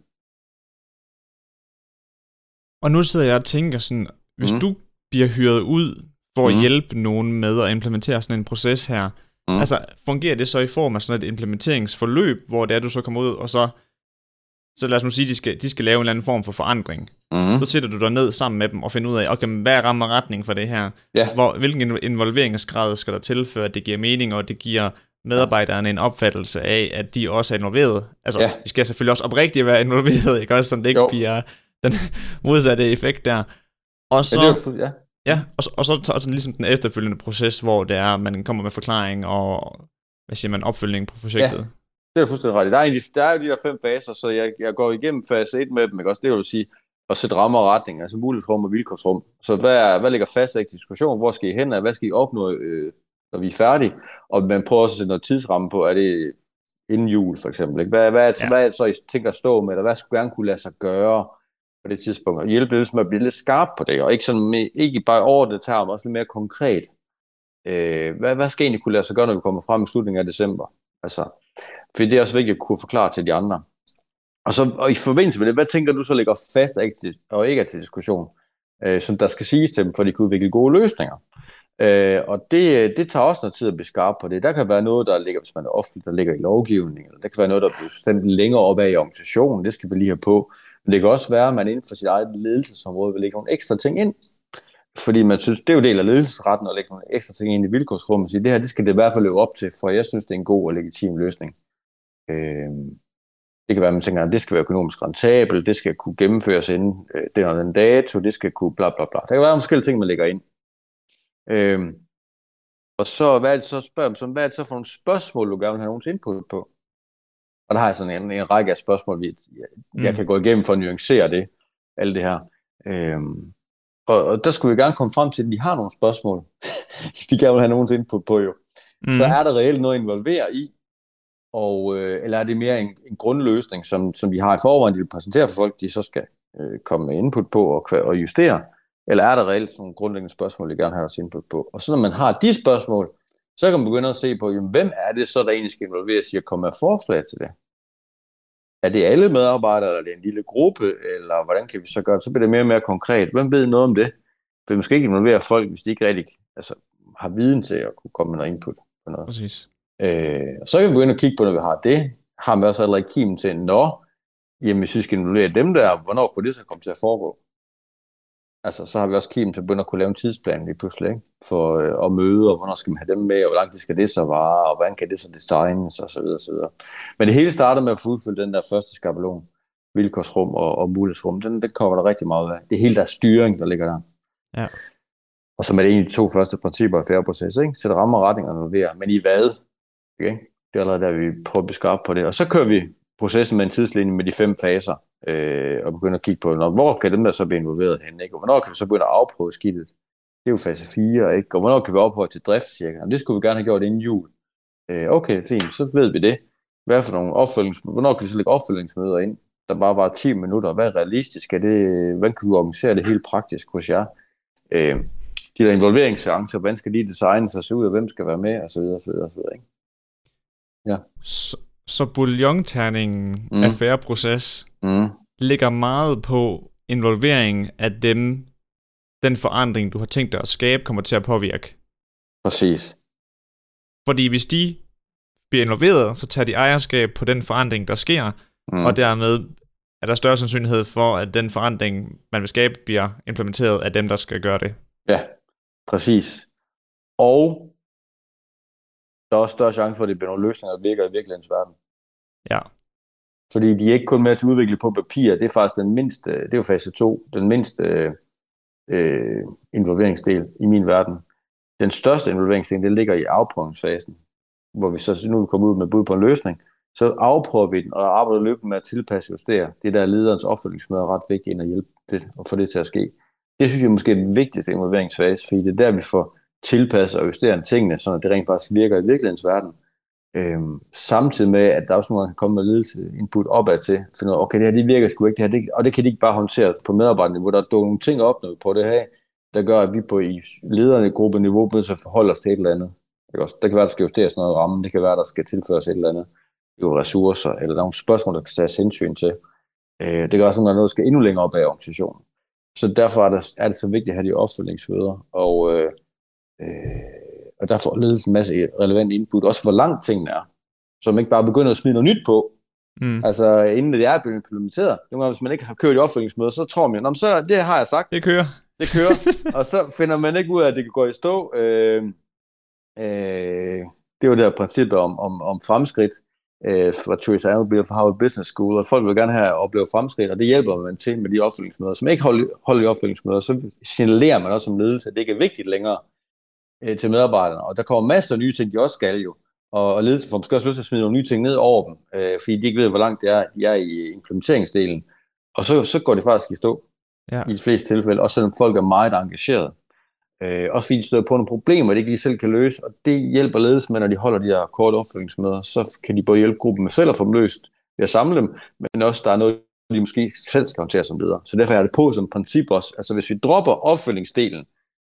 Og nu sidder jeg og tænker sådan, hvis du bliver hyret ud for at hjælpe nogen med at implementere sådan en proces her, altså fungerer det så i form af sådan et implementeringsforløb, hvor det er, du så kommer ud, og så lad os nu sige, de skal lave en eller anden form for forandring. Så sætter du dig ned sammen med dem og finder ud af, okay, hvad er rammer retning for det her? Ja. Hvilken involveringsgrad skal der til, for at det giver mening, og det giver medarbejderne en opfattelse af, at de også er involveret. Altså, de skal selvfølgelig også oprigtigt være involveret, ikke også, så det ikke bliver den modsatte effekt der. Og så, og så tager sådan ligesom den efterfølgende proces, hvor det er, man kommer med forklaring og, hvad siger man, opfølgning på projektet. Ja, det er fuldstændig rigtigt. Der er jo de der 5 faser, så jeg går igennem fase 1 med dem, ikke også? Det vil sige at sætte rammer og retning, altså mulighedsrum og vilkårsrum. Så hvad ligger fastvægt i diskussion? Hvor skal I hen? Hvad skal I opnå, når vi er færdige? Og man prøver også at sætte noget tidsramme på. Er det inden jul, for eksempel? Ikke? Hvad er det så, I tænker at stå med? Eller hvad skulle gerne kunne lade sig gøre på det tidspunkt? Og hjælpe lidt med at blive lidt skarp på det, og ikke bare overordnet termer, men også lidt mere konkret. Hvad skal egentlig kunne lade sig gøre, når vi kommer frem i slutningen af december? Altså, for det er også vigtigt at kunne forklare til de andre. Og i forbindelse med det, hvad tænker du så ligger fast og ikke er til diskussion, som der skal siges til dem, for de kan udvikle gode løsninger? Og det tager også noget tid at blive skarp på det. Der kan være noget, der ligger, hvis man er offentlig, der ligger i lovgivningen, eller der kan være noget, der bliver bestemt længere op af i organisationen, det skal vi lige have på. Men det kan også være, at man inden for sit eget ledelsesområde vil lægge nogle ekstra ting ind, fordi man synes, det er jo del af ledelsesretten at lægge nogle ekstra ting ind i vilkårsrummet og sige, det her, det skal det i hvert fald leve op til, for jeg synes, det er en god og legitim løsning. Det kan være, at man tænker, at det skal være økonomisk rentabelt, det skal kunne gennemføres inden den og den dato, det skal kunne bla bla bla. Der kan være forskellige ting, man lægger ind. Og så, hvad er det så for nogle spørgsmål, du gerne vil have nogens input på? Og der har jeg sådan en række af spørgsmål, jeg kan gå igennem for at nuancere det, alt det her. Og der skulle vi gerne komme frem til, at vi har nogle spørgsmål, de gerne vil have nogens input på jo. Så er der reelt noget at involvere i, eller er det mere en grundløsning, som vi har i forvejen, de vil præsentere for folk, de så skal komme med input på og justere, eller er der reelt sådan nogle grundlæggende spørgsmål, de gerne have os input på? Og så når man har de spørgsmål, så kan man begynde at se på, jamen, hvem er det så, der egentlig skal involveres i at komme med forslag til det? Er det alle medarbejdere, eller er det en lille gruppe, eller hvordan kan vi så gøre det? Så bliver det mere og mere konkret. Hvem ved noget om det? For man skal ikke involvere folk, hvis de ikke rigtig har viden til at kunne komme med noget input på noget. Præcis. Så kan vi begynde at kigge på, når vi har det. Har man også allerede kimen til, jamen hvis vi skal involvere dem der, hvornår kunne det så komme til at foregå? Altså, så har vi også kimen til at begynde at kunne lave en tidsplan lige pludselig, ikke? For at møde, og hvornår skal man have dem med, og hvor langt skal det så vare, og hvordan kan det så designes, og så videre, og så videre. Men det hele starter med at få udfyldt den der første skabelon, vilkårsrum og mulighedsrum. Den kommer der rigtig meget af. Det er hele der styring, der ligger der. Ja. Og så er det egentlig de 2 første principper i fair proces, ikke? Sætte rammer og retninger og involvere. Men i hvad? Okay? Det er allerede der, vi prøver at beskarpe på det. Og så kører vi processen med en tidslinje med de 5 faser, og begynder at kigge på, hvor kan dem der så blive involveret hen, ikke? Og hvornår kan vi så begynde at afprøve skidtet? Det er jo fase 4, ikke? Og hvornår kan vi ophøje til drift, cirka? Og det skulle vi gerne have gjort inden jul. Okay, fint, så ved vi det. Hvad for nogle hvornår kan vi så lægge opfølgningsmøder ind, der bare var 10 minutter? Hvad er realistisk? Hvordan kan vi organisere det helt praktisk hos jer? De der involveringsseancer, hvordan skal de designes og se ud, og hvem skal være med, og så videre, og så videre, og så videre, ikke? Ja. Så bouillonterningen af fair proces ligger meget på involvering af dem, den forandring, du har tænkt dig at skabe, kommer til at påvirke. Præcis. Fordi hvis de bliver involveret, så tager de ejerskab på den forandring, der sker, og dermed er der større sandsynlighed for, at den forandring, man vil skabe, bliver implementeret af dem, der skal gøre det. Ja, præcis. Og der er også større chance for, at det bliver nogle løsninger, der virker i virkelighedens verden. Ja. Fordi de er ikke kun med til at udvikle på papir, det er faktisk den mindste, det er jo fase 2, den mindste involveringsdel i min verden. Den største involveringsdel, det ligger i afprøvningsfasen, hvor vi så nu kommer ud med bud på en løsning, så afprøver vi den og arbejder løbende med at tilpasse og justere. Det der lederens opfølgningsmøde er ret vigtigt ind at hjælpe det og få det til at ske. Det synes jeg måske er den vigtigste involveringsfase, fordi det er der, vi får tilpasset og justeret tingene, så det rent faktisk virker i virkelighedens verden. Samtidig med, at der også nogle gange kan komme med ledelse-input opad til, finde ud af, okay, det her det virker sgu ikke, og det kan de ikke bare håndtere på medarbejderniveau. Der er nogle ting op, når vi prøver det her, der gør, at vi på i lederne gruppeniveau bliver så forholde os til et eller andet. Det kan være, der skal justeres noget ramme, det kan være, der skal tilføres et eller andet, jo ressourcer, eller der er nogle spørgsmål, der skal tages hensyn til. Det kan også være noget, der skal endnu længere op af organisationen. Så derfor er det så vigtigt at have de opfølgningsmøder, og der får ledelsen en masse relevant input, også hvor langt tingene er, så man ikke bare begynder at smide noget nyt på, altså inden det er blevet implementeret. Nogle gange, hvis man ikke har kørt i opfølgningsmøder, så tror man, så det har jeg sagt. Det kører, og så finder man ikke ud af, at det kan gå i stå. det er jo det her princip om fremskridt fra Theresa Amabile fra Harvard Business School, og folk vil gerne have oplevet fremskridt, og det hjælper man til med de opfølgningsmøder. Som ikke holder i opfølgningsmøder, så signalerer man også som ledelse, at det ikke er vigtigt længere til medarbejderne, og der kommer masser af nye ting, de også skal jo, og ledelsen får måske også lyst til at smide nogle nye ting ned over dem, fordi de ikke ved, hvor langt de er i implementeringsdelen, og så går det faktisk i stå i de fleste tilfælde, også selvom folk er meget engageret. Også fordi de støder på nogle problemer, de ikke lige selv kan løse, og det hjælper ledelsen med, når de holder de her korte opfølgningsmøder, så kan de både hjælpe gruppen med selv at få dem løst ved at samle dem, men også der er noget, de måske selv skal håndtere som leder. Så derfor er det på som princip også. Altså hvis vi dropper opfølgningsdelen,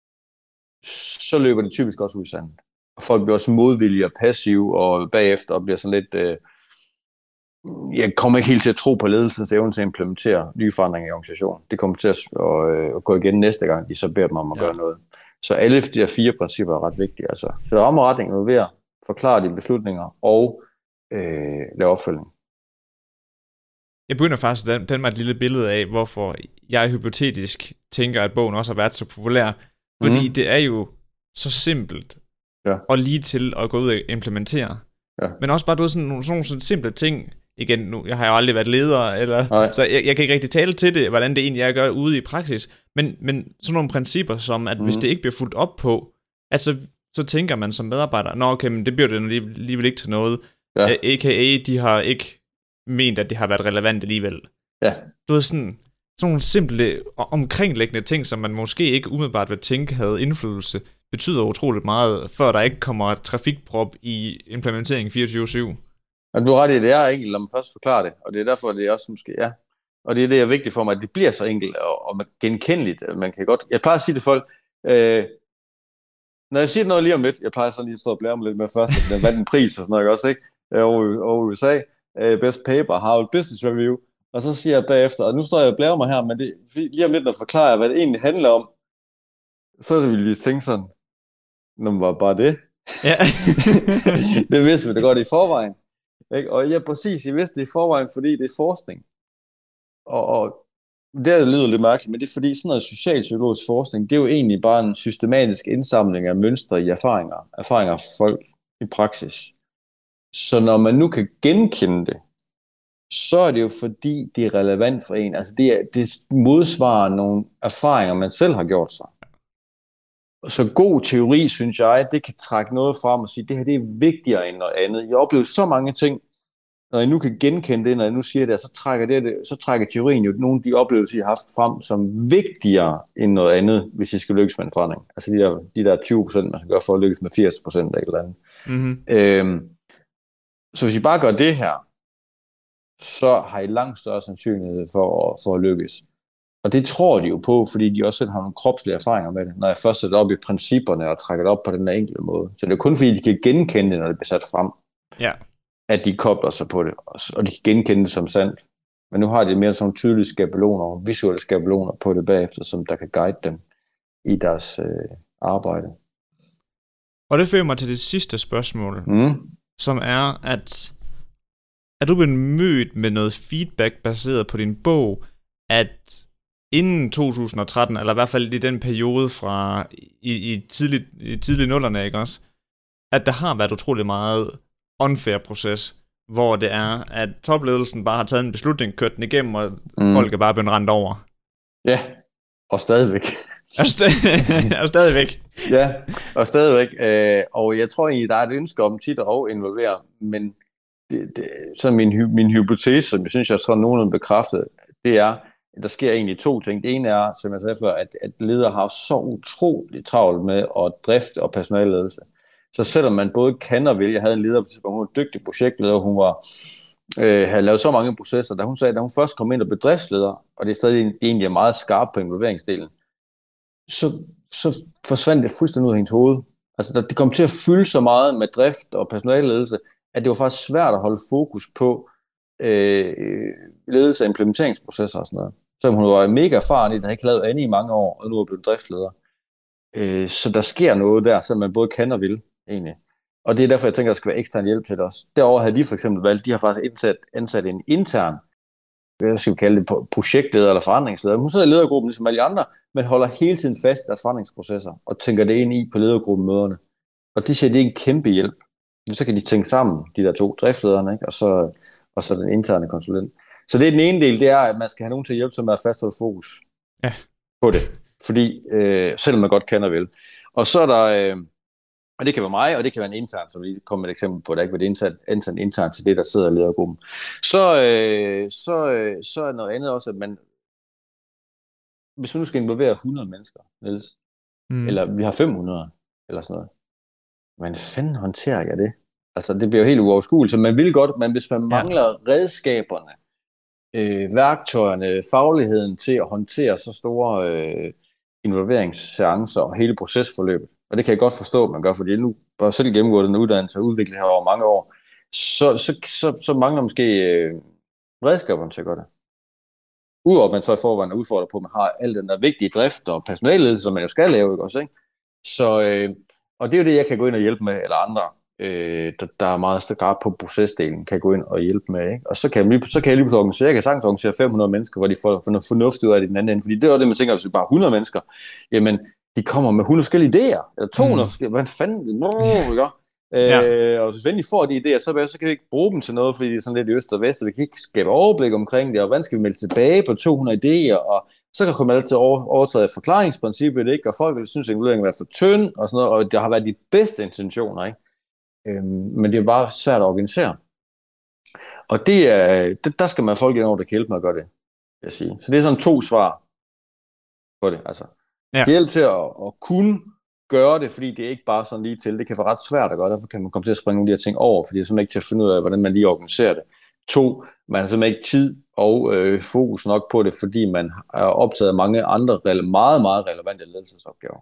så løber det typisk også ud i sandet. Og folk bliver også modvillige og passive, og bagefter og bliver sådan lidt... jeg kommer ikke helt til at tro på ledelsens evne til at implementere nye forandringer i organisationen. Det kommer til at gå igen næste gang, de så beder dem om at gøre noget. Så alle de her 4 principper er ret vigtige. Altså. Så der er om retning ved at forklare dine beslutninger og lave opfølgning. Jeg begynder faktisk at danne mig et lille billede af, hvorfor jeg hypotetisk tænker, at bogen også har været så populær. Fordi det er jo så simpelt og lige til at gå ud og implementere. Ja. Men også bare sådan nogle simple ting. Igen, nu jeg har jo aldrig været leder, så jeg kan ikke rigtig tale til det, hvordan det egentlig er at gøre ude i praksis. Men sådan nogle principper som, at hvis det ikke bliver fulgt op på, at så tænker man som medarbejder, okay, men det bliver det alligevel ikke til noget. Ja. A.k.a. de har ikke ment, at det har været relevant alligevel. Ja. Du ved sådan nogle simple omkringliggende ting, som man måske ikke umiddelbart vil tænke havde indflydelse, betyder utroligt meget, før der ikke kommer trafikprop i implementering 24/7. Og du har ret i, det er enkelt, lad mig først forklare det, og det er derfor, det er også måske, og det er det, der er vigtigt for mig, at det bliver så enkelt og genkendeligt, at man kan godt, jeg plejer at sige til folk, når jeg siger noget lige om lidt, jeg plejer sådan lige at stå og blære mig lidt med først, at den vandt en pris og sådan noget, også, ikke? Over USA, Best Paper, Harvard Business Review, og så siger jeg bagefter, og nu står jeg og blærer mig her, men det, lige om lidt, når jeg forklarer, hvad det egentlig handler om, så vil vi tænke sådan, nu var bare det. Ja. Det vidste vi da godt i forvejen. Ikke? Og ja, præcis, jeg vidste det i forvejen, fordi det er forskning. Og det lyder lidt mærkeligt, men det er fordi sådan noget socialpsykologisk forskning, det er jo egentlig bare en systematisk indsamling af mønstre i erfaringer af folk i praksis. Så når man nu kan genkende det, så er det jo fordi, det er relevant for en. Altså det modsvarer nogle erfaringer, man selv har gjort sig. Så god teori, synes jeg, det kan trække noget frem og sige, det her det er vigtigere end noget andet. Jeg oplever så mange ting, når jeg nu kan genkende det, når jeg nu siger det, så trækker teorien jo nogle af de oplevelser, jeg har haft frem, som vigtigere end noget andet, hvis jeg skal lykkes med en forandring. Altså de der 20%, man skal gøre for at lykkes med 80% af et eller andet. Mm-hmm. Så hvis I bare gør det her, så har I langt større sandsynlighed for at lykkes. Og det tror de jo på, fordi de også selv har nogle kropslige erfaringer med det, når jeg først sætter op i principperne og trækker det op på den der enkelte måde. Så det er kun fordi, de kan genkende det, når det bliver sat frem, at de kobler sig på det, og de kan genkende det som sandt. Men nu har de mere sådan tydelige skabeloner, visuelle skabeloner på det bagefter, som der kan guide dem i deres arbejde. Og det fører mig til det sidste spørgsmål, som er, at er du blevet mødt med noget feedback baseret på din bog, at inden 2013, eller i hvert fald i den periode fra i tidlige nullerne, ikke også, at der har været utrolig meget unfair proces, hvor det er, at topledelsen bare har taget en beslutning, kørt den igennem, og folk er bare blevet rendt over. Ja, og stadigvæk. Og stadigvæk. Ja, og stadigvæk. Og jeg tror egentlig, der er et ønske om tit at involvere, men så min hypotese, som jeg synes, jeg tror nogenlunde bekræftet, det er, at der sker egentlig 2 ting. Det ene er, som jeg sagde før, at ledere har så utroligt travlt med at drifte og personalledelse. Så selvom man både kan og vil, jeg havde en leder, hun var en dygtig projektleder, hun havde lavet så mange processer, da hun sagde, da hun først kom ind og blev driftsleder, og det er stadig det egentlig er meget skarpt på involveringsdelen, så forsvandt det fuldstændig ud af hendes hoved. Altså det kom til at fylde så meget med drift og personalledelse, at det var faktisk svært at holde fokus på ledelse af implementeringsprocesser og sådan noget. Så hun var mega erfaren i det, havde ikke lavet andet i mange år, og nu er blevet driftsleder. Så der sker noget der, som man både kan og vil, egentlig. Og det er derfor, jeg tænker, at der skal være ekstern hjælp til det også. Derover havde de for eksempel valgt, de har faktisk ansat en intern, hvad skal vi kalde det, projektleder eller forandringsleder. Hun sidder i ledergruppen ligesom alle andre, men holder hele tiden fast i deres forandringsprocesser, og tænker det ind i på ledergruppemøderne. Og det siger, det er en kæmpe hjælp. Så kan de tænke sammen, de der to driftslederne, ikke? Og så den interne konsulent. Så det er den ene del, det er, at man skal have nogen til at hjælpe sig med at fastholde fokus Ja. på det. Fordi, selvom man godt kan og vil. Og så er der, og det kan være mig, og det kan være en intern, som vi kommer med et eksempel på, der ikke var det intern til det, der sidder i ledergruppen. Så er noget andet også, at hvis man nu skal involvere 100 mennesker, Niels, eller vi har 500, eller sådan noget, hvordan fanden håndterer jeg det? Altså, det bliver jo helt uoverskueligt, så man vil godt, men hvis man mangler redskaberne, værktøjerne, fagligheden til at håndtere så store involveringsseancer og hele procesforløbet, og det kan jeg godt forstå, at man gør, fordi nu bare selv gennemgået den uddannelse og udviklet her over mange år, så mangler måske redskaberne til at gøre det. Udover at man så i forvejen er udfordret på, at man har al den der vigtige drift og personalledelse, som man jo skal lave, ikke også, ikke? Så, og det er jo det, jeg kan gå ind og hjælpe med, eller andre, der er meget skarpt på procesdelen, kan gå ind og hjælpe med, ikke? Og så kan jeg lige pludselig organisere, jeg kan sagtens organisere 500 mennesker, hvor de får noget fornuftigt ud af det i den anden ende, fordi det er det, man tænker, hvis vi bare 100 mennesker, jamen, de kommer med 100 forskellige idéer, eller 200 forskellige, hvad fanden, og hvis vi får de idéer, så kan vi ikke bruge dem til noget, fordi det er sådan lidt i øst og vest, og vi kan ikke skabe overblik omkring det, og hvordan skal vi melde tilbage på 200 idéer, og så kan komme altid overtaget forklaringsprincippet, ikke? Og folk synes, at evalueringen har været for tynd, og sådan noget, og det har været de bedste intentioner, ikke? Men det er bare svært at organisere. Og der skal man have folk ind over, der kan hjælpe med at gøre det, vil jeg sige. Så det er sådan 2 svar på det, altså. Hjælp til at kunne gøre det, fordi det er ikke bare sådan lige til. Det kan være ret svært at gøre, derfor kan man komme til at springe nogle af de her ting over, fordi det er simpelthen ikke til at finde ud af, hvordan man lige organiserer det. 2, man har simpelthen ikke tid og fokus nok på det, fordi man er optaget af mange andre meget, meget relevante ledelsesopgaver.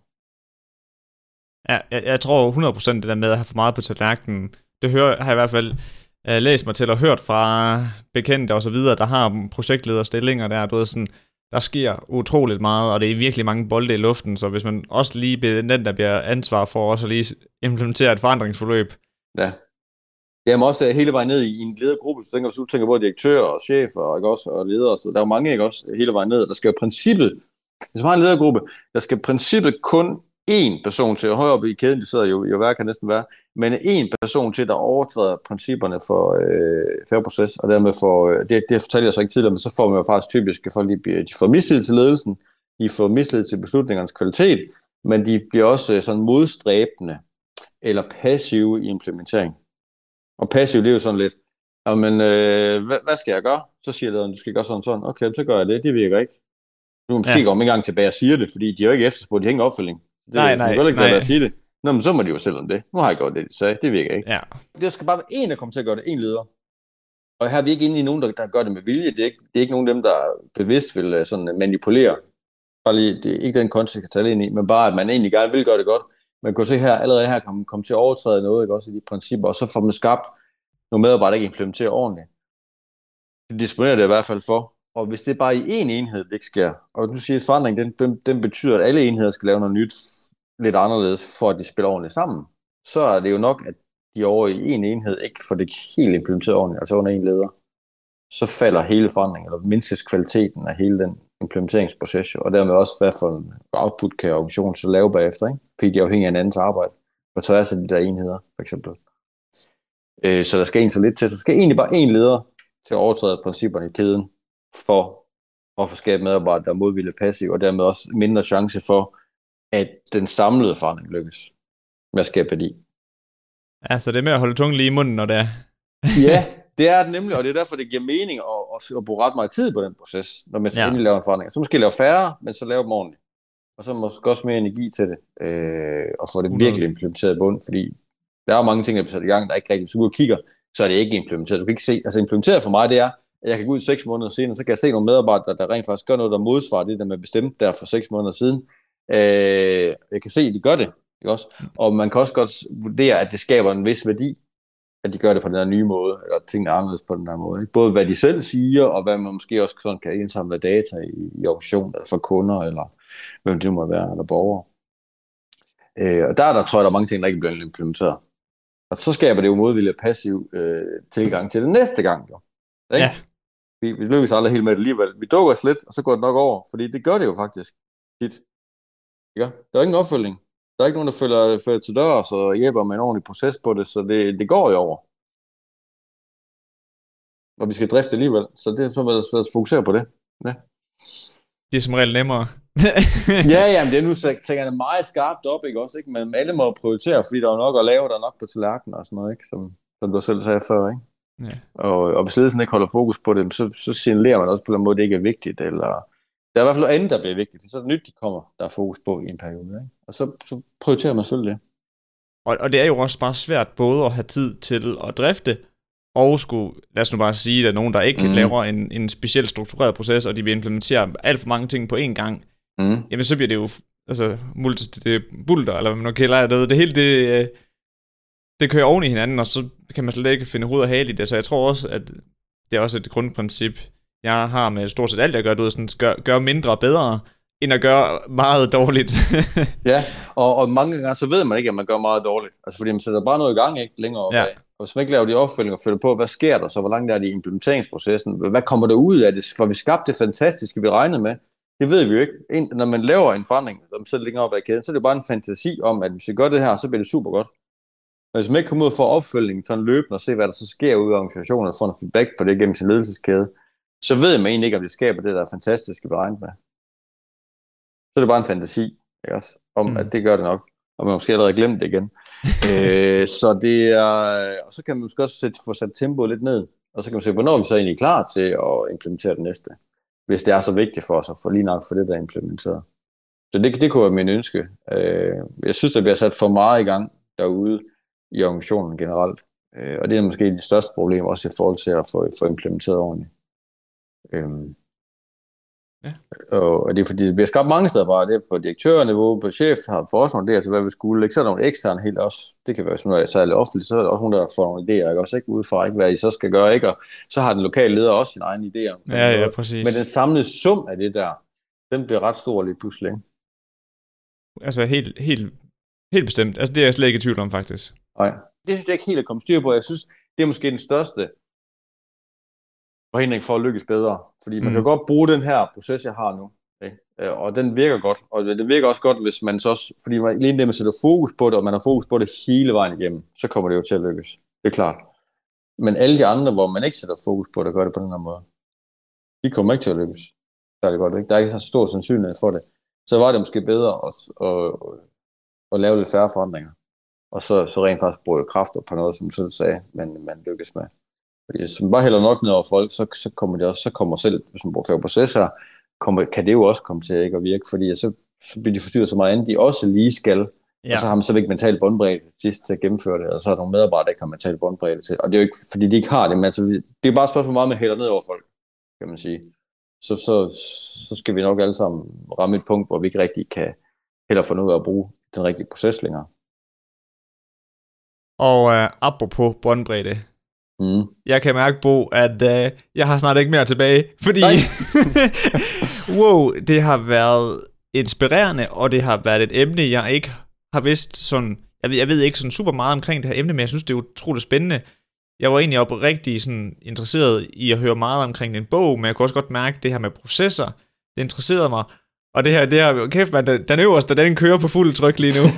Ja, jeg tror 100% det der med at have for meget på tallerkenen, det har jeg i hvert fald læst mig til og hørt fra bekendte og så videre, der har projektlederstillinger der, du ved sådan, der sker utroligt meget, og det er virkelig mange bolde i luften, så hvis man også lige bliver den, der bliver ansvar for også at lige implementere et forandringsforløb. Ja. Jamen også hele vejen ned i en ledergruppe, så hvis du tænker på direktører og chefer, ikke også, og ledere, så der er jo mange, ikke også, hele vejen ned. Der skal jo princippet, hvis man har en ledergruppe, der skal princippet kun én person til, og højere oppe i kæden, det sidder jo værre kan næsten være, men én person til, der overtræder principperne for fair proces, og dermed får, det fortalte jeg så ikke tidligere, men så får man jo faktisk typisk, at folk de får mistillid til ledelsen, de får mistillid til beslutningernes kvalitet, men de bliver også sådan modstræbende, eller passive i implementering. Og passiv, det er jo sådan lidt, men hvad skal jeg gøre? Så siger lederen, du skal gøre sådan. Okay, så gør jeg det. Det virker ikke. Du kan måske gå om en gang tilbage og sige det, fordi de er jo ikke efterspurgt, de har ingen opfølging. Nej. Ikke at sige det. Nå, men så må de jo selv om det. Nu har jeg gjort det, de sagde. Det virker ikke. Ja. Det skal bare være en, der kommer til at gøre det. En leder. Og her er vi ikke inde i nogen, der gør det med vilje. Det er ikke nogen af dem, der bevidst vil sådan manipulere. Bare lige, det er ikke den kontekst, jeg kan tale ind i, men bare, at man egentlig gerne vil gøre det godt. Man kan se her, allerede her komme til at overtræde noget, ikke også i de principper, og så får man skabt nogle medarbejdere, der ikke implementerer ordentligt. Det disponerer det i hvert fald for. Og hvis det er bare i én enhed, det ikke sker, og du siger, at forandring, den betyder, at alle enheder skal lave noget nyt, lidt anderledes, for at de spiller ordentligt sammen, så er det jo nok, at de over i en enhed ikke får det helt implementeret ordentligt, altså under en leder. Så falder hele forandringen, eller mindskes kvaliteten af hele den implementeringsproces, og dermed også, hvad for en output kan organisationen så lave bagefter, ikke? Fordi de er afhængige af en andens arbejde, på tværs af de der enheder, for eksempel. Så der skal en så lidt til. Så skal egentlig bare en leder til at overtræde principperne i kæden, for at få skabt medarbejdere, der er modvilligt passiv, og dermed også mindre chance for, at den samlede forandring lykkes med at skabe værdi. Ja, så det er med at holde tungen lige i munden, når det er. Ja, det er det nemlig, og det er derfor, det giver mening at bruge ret meget tid på den proces, når man endelig laver en forandring. Så måske lave færre, men så lave dem ordentligt. Og så måske også mere energi til det, og få det virkelig implementeret i bund, fordi der er jo mange ting, der bliver sat i gang, der ikke rigtig, hvis du går og kigger, så er det ikke implementeret. Du kan ikke se, altså implementeret for mig, det er, at jeg kan gå ud 6 måneder siden, og så kan jeg se nogle medarbejdere, der rent faktisk gør noget, der modsvarer det, der man bestemte der for 6 måneder siden. Jeg kan se, at de gør det, ikke også? Og man kan også godt vurdere, at det skaber en vis værdi, at de gør det på den her nye måde, eller tingene er anderledes på den der måde. Ikke? Både hvad de selv siger, og hvad man måske også sådan kan indsamle data i organisationen, eller for kunder, eller hvem det må være, eller borgere. Og der tror jeg, der er mange ting, der ikke bliver implementeret. Og så skaber det jo modvillig passiv tilgang til det næste gang. Jo. Ikke? Ja. Vi lykkes aldrig helt med det alligevel. Vi dukker os lidt, og så går det nok over, fordi det gør det jo faktisk tit. Ja? Der er ingen opfølging. Der er ikke nogen, der følger til dørs og hjælper med en ordentlig proces på det, så det går jo over. Og vi skal drifte alligevel, så det er så lad os fokusere på det. Ja. Det er som regel nemmere. Ja, men det er nu, tænker jeg, meget skarpt op, ikke også? Ikke? Men alle må prioritere, fordi der er nok at lave, der er nok på tallerkenen og sådan noget, ikke? Som du selv sagde før, ikke? Ja. Og hvis ledelsen ikke holder fokus på det, så signalerer man også på en måde, at det ikke er vigtigt, eller der er i hvert fald noget andet, der bliver vigtigt, så er det nyt, de kommer, der er fokus på i en periode, ikke? Og så prioriterer man selvfølgelig det. Og det er jo også bare svært både at have tid til at drifte, og skulle, lad os nu bare sige, at der er nogen, der ikke laver en specielt struktureret proces, og de vil implementere alt for mange ting på én gang, jamen så bliver det jo bulter, eller hvad man nu kalder det. Det hele, det kører oven i hinanden, og så kan man slet ikke finde hoved og hale i det. Så jeg tror også, at det er også et grundprincip, jeg har med stort set alt, jeg gør, du ved, sådan, gør mindre bedre, end at gøre meget dårligt. Ja, og mange gange, så ved man ikke, at man gør meget dårligt. Altså fordi man sætter bare noget i gang, ikke længere opad. Ja. Og hvis man ikke laver de opfølgninger og følger på, hvad sker der så, hvor langt er det i implementeringsprocessen, hvad kommer der ud af det, for vi skabte det fantastiske, vi regnede med. Det ved vi jo ikke. Når man laver en forandring, som sætter længere op ad kæden, så er det bare en fantasi om, at hvis vi gør det her, så bliver det super godt. Men hvis man ikke kommer ud for opfølgning, sådan løbende og se, hvad der så sker ude i organisationen, og få en feedback på det gennem sin ledelseskæde, så ved man egentlig ikke, om det skaber det, der er fantastiske, vi regner med. Så er det bare en fantasi, ikke også? Om at det gør det nok, og man måske allerede glemt det igen. Så det er, og så kan man måske også få sat tempoet lidt ned, og så kan man se, hvornår er vi så egentlig klar til at implementere det næste, hvis det er så vigtigt for os at få lige nok for det, der er implementeret. Så det kunne være min ønske. Jeg synes, der bliver sat for meget i gang derude i organisationen generelt, og det er måske de største problemer også i forhold til at få implementeret ordentligt. Ja. Og det er fordi, det bliver skabt mange steder bare. Det er på direktørniveau, på chef, har for os nogle idéer til, hvad vi skulle. Ikke? Så er der nogle eksterne helt også. Det kan være sådan noget særligt offentligt. Så er der også nogle, der får nogle idéer, ikke? Også ikke udefra, ikke? Hvad I så skal gøre. Ikke? Og så har den lokale leder også sine egne idéer. Ja, præcis. Men den samlede sum af det der, den bliver ret stor lige pludselig. Ikke? Altså helt bestemt. Altså det er jeg slet ikke i tvivl om, faktisk. Nej, det synes jeg ikke helt at komme styr på. Jeg synes, det er måske den største forhindring for at lykkes bedre. Fordi man kan godt bruge den her proces, jeg har nu. Ikke? Og den virker godt. Og det virker også godt, hvis man så også, fordi lige det, man sætter fokus på det, og man har fokus på det hele vejen igennem, så kommer det jo til at lykkes. Det er klart. Men alle de andre, hvor man ikke sætter fokus på det, gør det på den her måde, de kommer ikke til at lykkes. Det er det godt, ikke? Der er ikke så stor sandsynlighed for det. Så var det måske bedre at lave lidt færre forandringer. Og så rent faktisk bruge kræfter på noget, som du selv sagde, man lykkes med. Fordi hvis man bare hælder nok ned over folk, så kommer det også, så kommer selv, hvis man bruger færre processer, kan det jo også komme til ikke at virke, fordi så bliver de forstyrret så meget andet, de også lige skal, og så har man så ikke mentalt båndbredde til at gennemføre det, og så er der nogle medarbejdere, der ikke har mentalt båndbredde til, og det er jo ikke, fordi de ikke har det, men altså, det er bare et spørgsmål meget med at hælder ned over folk, kan man sige. Så skal vi nok alle sammen ramme et punkt, hvor vi ikke rigtig kan heller få noget at bruge den rigtige proces længere. Og apropos båndbredde, jeg kan mærke, Bo, at jeg har snart ikke mere tilbage, fordi wow, det har været inspirerende, og det har været et emne, jeg ikke har vidst sådan, jeg ved ikke sådan super meget omkring det her emne, men jeg synes, det er utroligt spændende. Jeg var egentlig rigtig sådan interesseret i at høre meget omkring en bog, men jeg kunne også godt mærke det her med processer, det interesserede mig, og det her kæft man, den øverste, den kører på fuld tryk lige nu.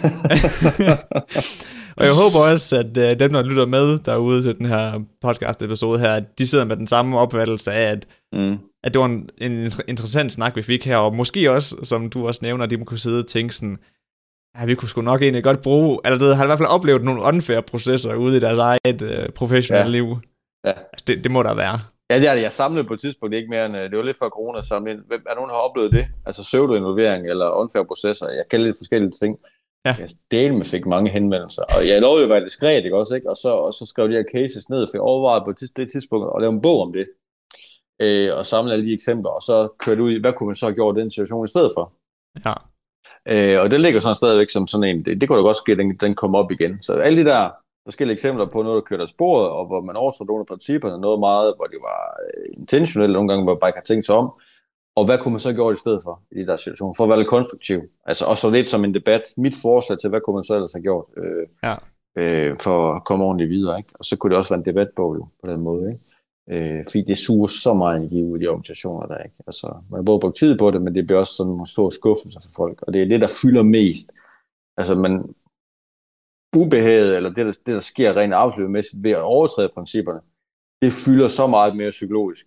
Og jeg håber også, at dem, der lytter med derude til den her podcast-episode her, at de sidder med den samme opfattelse af, at det var en interessant snak, vi fik her, og måske også, som du også nævner, de må kunne sidde og tænke sådan, ja, vi kunne sgu nok egentlig godt bruge, eller det har i hvert fald oplevet nogle unfair processer ude i deres eget professionelle liv. Ja. Altså, det må der være. Ja, det er det. Jeg samlede på et tidspunkt ikke mere end, det var lidt før corona samlet ind. Er nogen, der har oplevet det? Altså pseudo-involvering eller unfair processer? Jeg kalder lidt forskellige ting. Ja. Jeg delte med fik mange henvendelser, og jeg lovede jo at være diskret, ikke også, ikke? Og så skrev de her cases ned, for jeg overvejede på det tidspunkt at lave en bog om det, og samle alle de eksempler, og så kørte ud i, hvad kunne man så have gjort i den situation i stedet for? Ja. Og det ligger sådan stadigvæk som sådan en, det kunne da godt ske, at den kommer op igen. Så alle de der forskellige eksempler på noget, der kørte af sporet, og hvor man overtrådte nogle af principperne, noget meget, hvor det var intentionelt, nogle gange, hvor man bare ikke har tænkt sig om. Og hvad kunne man så gøre i stedet for i de der situationer, for at være lidt konstruktiv? Altså også lidt som en debat. Mit forslag til, hvad kunne man så ellers have gjort for at komme ordentligt videre, ikke? Og så kunne det også være en debatbog jo, på den måde, ikke? Fordi det suger så meget energi ud i de organisationer der, ikke? Altså, man har både brugt tid på det, men det bliver også sådan en stor skuffelse for folk. Og det er det, der fylder mest Altså, ubehaget, eller det der sker rent arbejdslivsmæssigt ved at overtræde principperne, det fylder så meget mere psykologisk,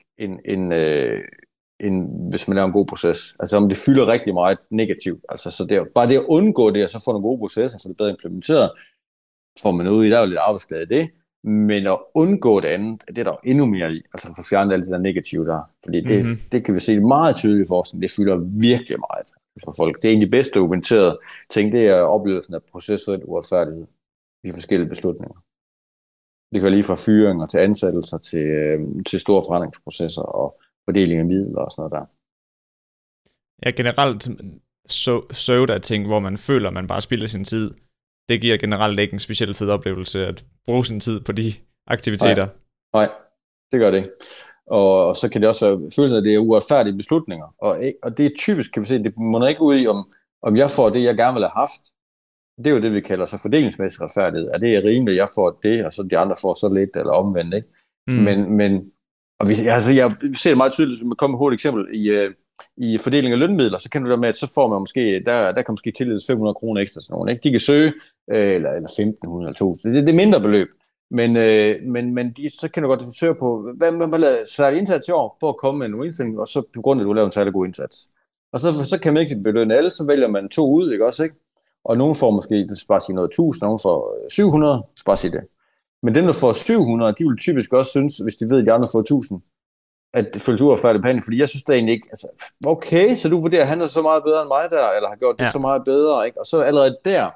end hvis man laver en god proces. Altså om det fylder rigtig meget negativt. Altså, så det er bare det at undgå det, og så få nogle gode processer, så det er bedre implementeret, får man ud i, der er jo lidt arbejdsglæde i det, men at undgå det andet, det er der jo endnu mere i, altså for at fjerne alt det der negative der, fordi det kan vi se meget tydeligt i forskning, det fylder virkelig meget for folk. Det er en af de bedst dokumenterede ting, det er oplevelsen af processuel uretfærdighed i forskellige beslutninger. Det kan lige fra fyringer til ansættelser til store forandringsprocesser og fordeling af midler og sådan noget der. Ja, generelt pseudo-ting, hvor man føler, at man bare spilder sin tid, det giver generelt ikke en specielt fed oplevelse at bruge sin tid på de aktiviteter. Nej, det gør det ikke. Og så kan det også føle, at det er uretfærdige beslutninger. Og det er typisk, kan vi se, det munder ikke ud i, om jeg får det, jeg gerne vil have haft. Det er jo det, vi kalder så fordelingsmæssig retfærdighed. Er det rimeligt, at jeg får det, og så de andre får så lidt, eller omvendt, ikke? Men og jeg ser det meget tydeligt, hvis man kommer med et hurtigt eksempel i fordeling af lønmidler, så kan du da med, at så får man måske, der kan måske tildeles 500 kroner ekstra til nogen, ikke? De kan søge, eller 1.500 eller 2.000. Det er mindre beløb. Men så kan du godt søge på, hvad man lader særlig indsats i år, på at komme med en indstilling, og så på grund af, at du laver en særlig god indsats. Og så kan man ikke belønne alle, så vælger man 2 ud, ikke også, ikke? Og nogen får måske, bare sige noget 1000, nogen får 700, så bare sige det. Men dem, der får 700, de vil typisk også synes, hvis de ved, at de andre får 1000, at det føles uretfærdigt behandling, fordi jeg synes da egentlig ikke, altså, okay, så du vurderer, at han er så meget bedre end mig der, eller har gjort det så meget bedre, ikke? Og så allerede der,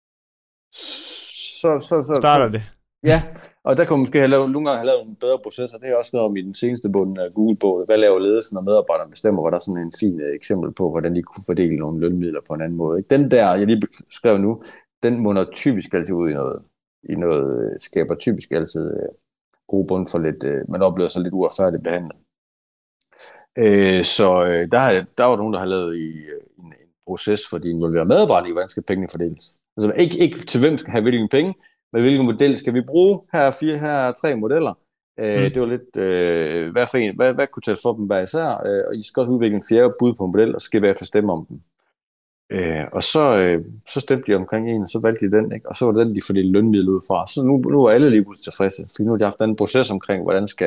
så starter det. Ja, og der kan man måske nogle gange have lavet en bedre processer. Det er også noget om i den seneste bund af Google-bog. Hvad laver ledelsen, og medarbejderne bestemmer, hvor der er sådan en fin eksempel på, hvordan de kunne fordele nogle lønmidler på en anden måde, ikke? Den der, jeg lige skrev nu, den munder typisk altid ud i noget skaber typisk altid god bund for lidt, man oplever sig lidt uretfærdigt behandlet. Der var nogen, der har lavet en proces for de involverede medarbejdere i, hvordan skal pengene fordeles. Altså ikke til hvem skal have hvilken penge, men hvilken model skal vi bruge? Her er 3 modeller. Det var lidt, hvad kunne tage for dem hver især? Og I skal også udvikle en 4. bud på en model, og så skal vi efter stemme om den. Og så stemte de omkring en, og så valgte de den, ikke? Og så var det den, de fordelte lønmiddel ud fra. Så nu er alle lige pludselig tilfredse, fordi nu har de haft en proces omkring, hvordan skal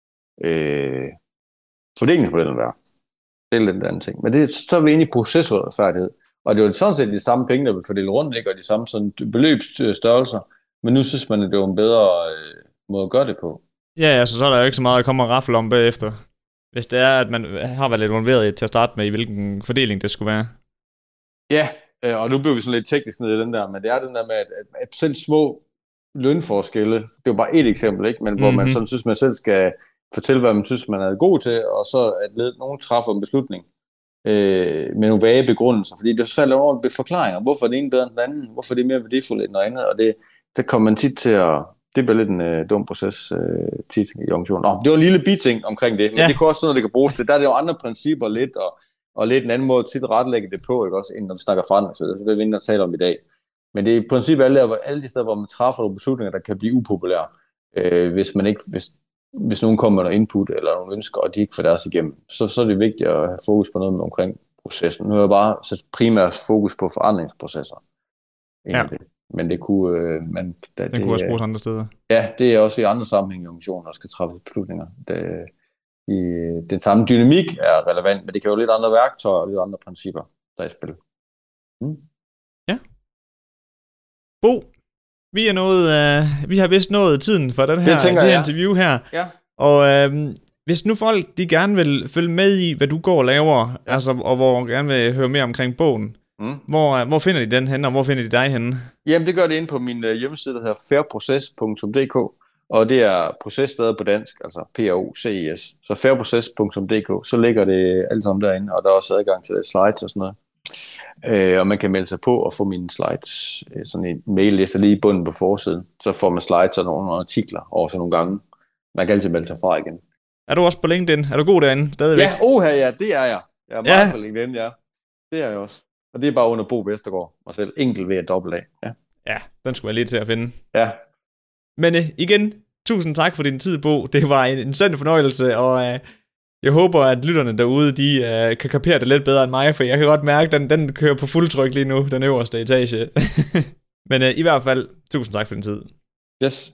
fordelingsmodellen være. Det er lidt anden ting. Men så er vi inde i procesretfærdighed. Og det var sådan set de samme penge, der blev fordelt rundt, ikke? Og de samme sådan beløbsstørrelser. Men nu synes man, at det var en bedre måde at gøre det på. Ja, altså så er der jo ikke så meget at komme og rafle om bagefter. Hvis det er, at man har været lidt involveret til at starte med, i hvilken fordeling det skulle være. Ja, og nu bliver vi sådan lidt teknisk ned i den der, men det er den der med, at selv små lønforskelle, det er jo bare et eksempel, ikke? Men hvor man sådan synes, man selv skal fortælle, hvad man synes, man er god til, og så at nogen træffer en beslutning med nogle vage begrundelser, fordi det falder over forklaringer. Hvorfor er det ene bedre end den anden? Hvorfor er det mere værdifuldt end noget andet? Og det kommer man tit til at... Det bliver lidt en dum proces tit i organisationen. Det var en lille biting omkring det, men det kan også sådan noget, det kan bruges til. Der er det jo andre principper lidt, og lidt en anden måde tit retlægge det på, ikke også, inden når vi snakker forandring. Så det er vi inde og tale om i dag. Men det er i princippet alle de steder, hvor man træffer nogle beslutninger, der kan blive upopulære, hvis nogen kommer med noget input eller nogle ønsker, og de ikke får deres igennem. Så er det vigtigt at have fokus på noget omkring processen. Nu har jeg bare sat primært fokus på forandringsprocesser. Men det kunne... Den kunne også bruges andre steder. Ja, det er også i andre sammenhænge i organisationer, der skal træffe beslutninger. Den samme dynamik er relevant, men det kan jo lidt andre værktøjer og lidt andre principper, der er i spil. Ja. Bo, vi har vist nået tiden for det her interview her. Ja. Og hvis nu folk de gerne vil følge med i, hvad du går og laver, altså, og hvor gerne vil høre mere omkring bogen, hvor finder de den henne, og hvor finder de dig henne? Jamen, det gør det inde på min hjemmeside, der hedder fairproces.dk, og det er proces stadig på dansk, altså PROCES. Så fairproces.dk, så ligger det alt sammen derinde, og der er også adgang til slides og sådan noget. Og man kan melde sig på og få mine slides, sådan en mailliste lige i bunden på forsiden. Så får man slides og nogle artikler over sådan nogle gange. Man kan altid melde sig fra igen. Er du også på LinkedIn? Er du god derinde stadigvæk? Ja, det er jeg. Jeg er meget på LinkedIn, ja. Det er jeg også. Og det er bare under Bo Vestergaard, og selv enkelt ved at dobbelt af. Ja, den skulle jeg lige til at finde. Ja. Men igen, tusind tak for din tid, Bo. Det var en sand fornøjelse, og Jeg håber, at lytterne derude, de kan kapere det lidt bedre end mig, for jeg kan godt mærke, at den kører på fuldtryk lige nu, den øverste etage. Men i hvert fald, tusind tak for din tid. Yes.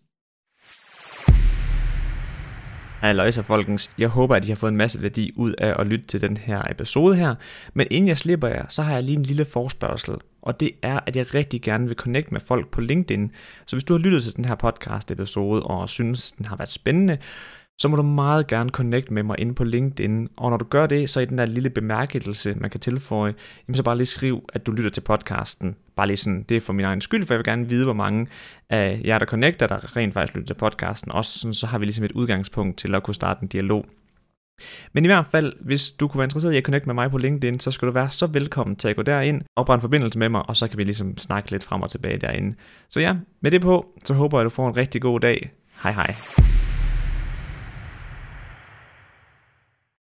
Halløjsa folkens, jeg håber, at I har fået en masse værdi ud af at lytte til den her episode her. Men inden jeg slipper jer, så har jeg lige en lille forespørgsel. Og det er, at jeg rigtig gerne vil connecte med folk på LinkedIn. Så hvis du har lyttet til den her podcast episode og synes, den har været spændende, så må du meget gerne connecte med mig inde på LinkedIn. Og når du gør det, så i den der lille bemærkelse, man kan tilføje, så bare lige skriv, at du lytter til podcasten. Bare lige sådan, det er for min egen skyld, for jeg vil gerne vide, hvor mange af jer, der connecter, der rent faktisk lytter til podcasten. Også sådan, så har vi ligesom et udgangspunkt til at kunne starte en dialog. Men i hvert fald, hvis du kunne være interesseret i at connecte med mig på LinkedIn, så skal du være så velkommen til at gå derind, oprette en forbindelse med mig, og så kan vi ligesom snakke lidt frem og tilbage derinde. Så ja, med det på, så håber jeg, at du får en rigtig god dag. Hej hej.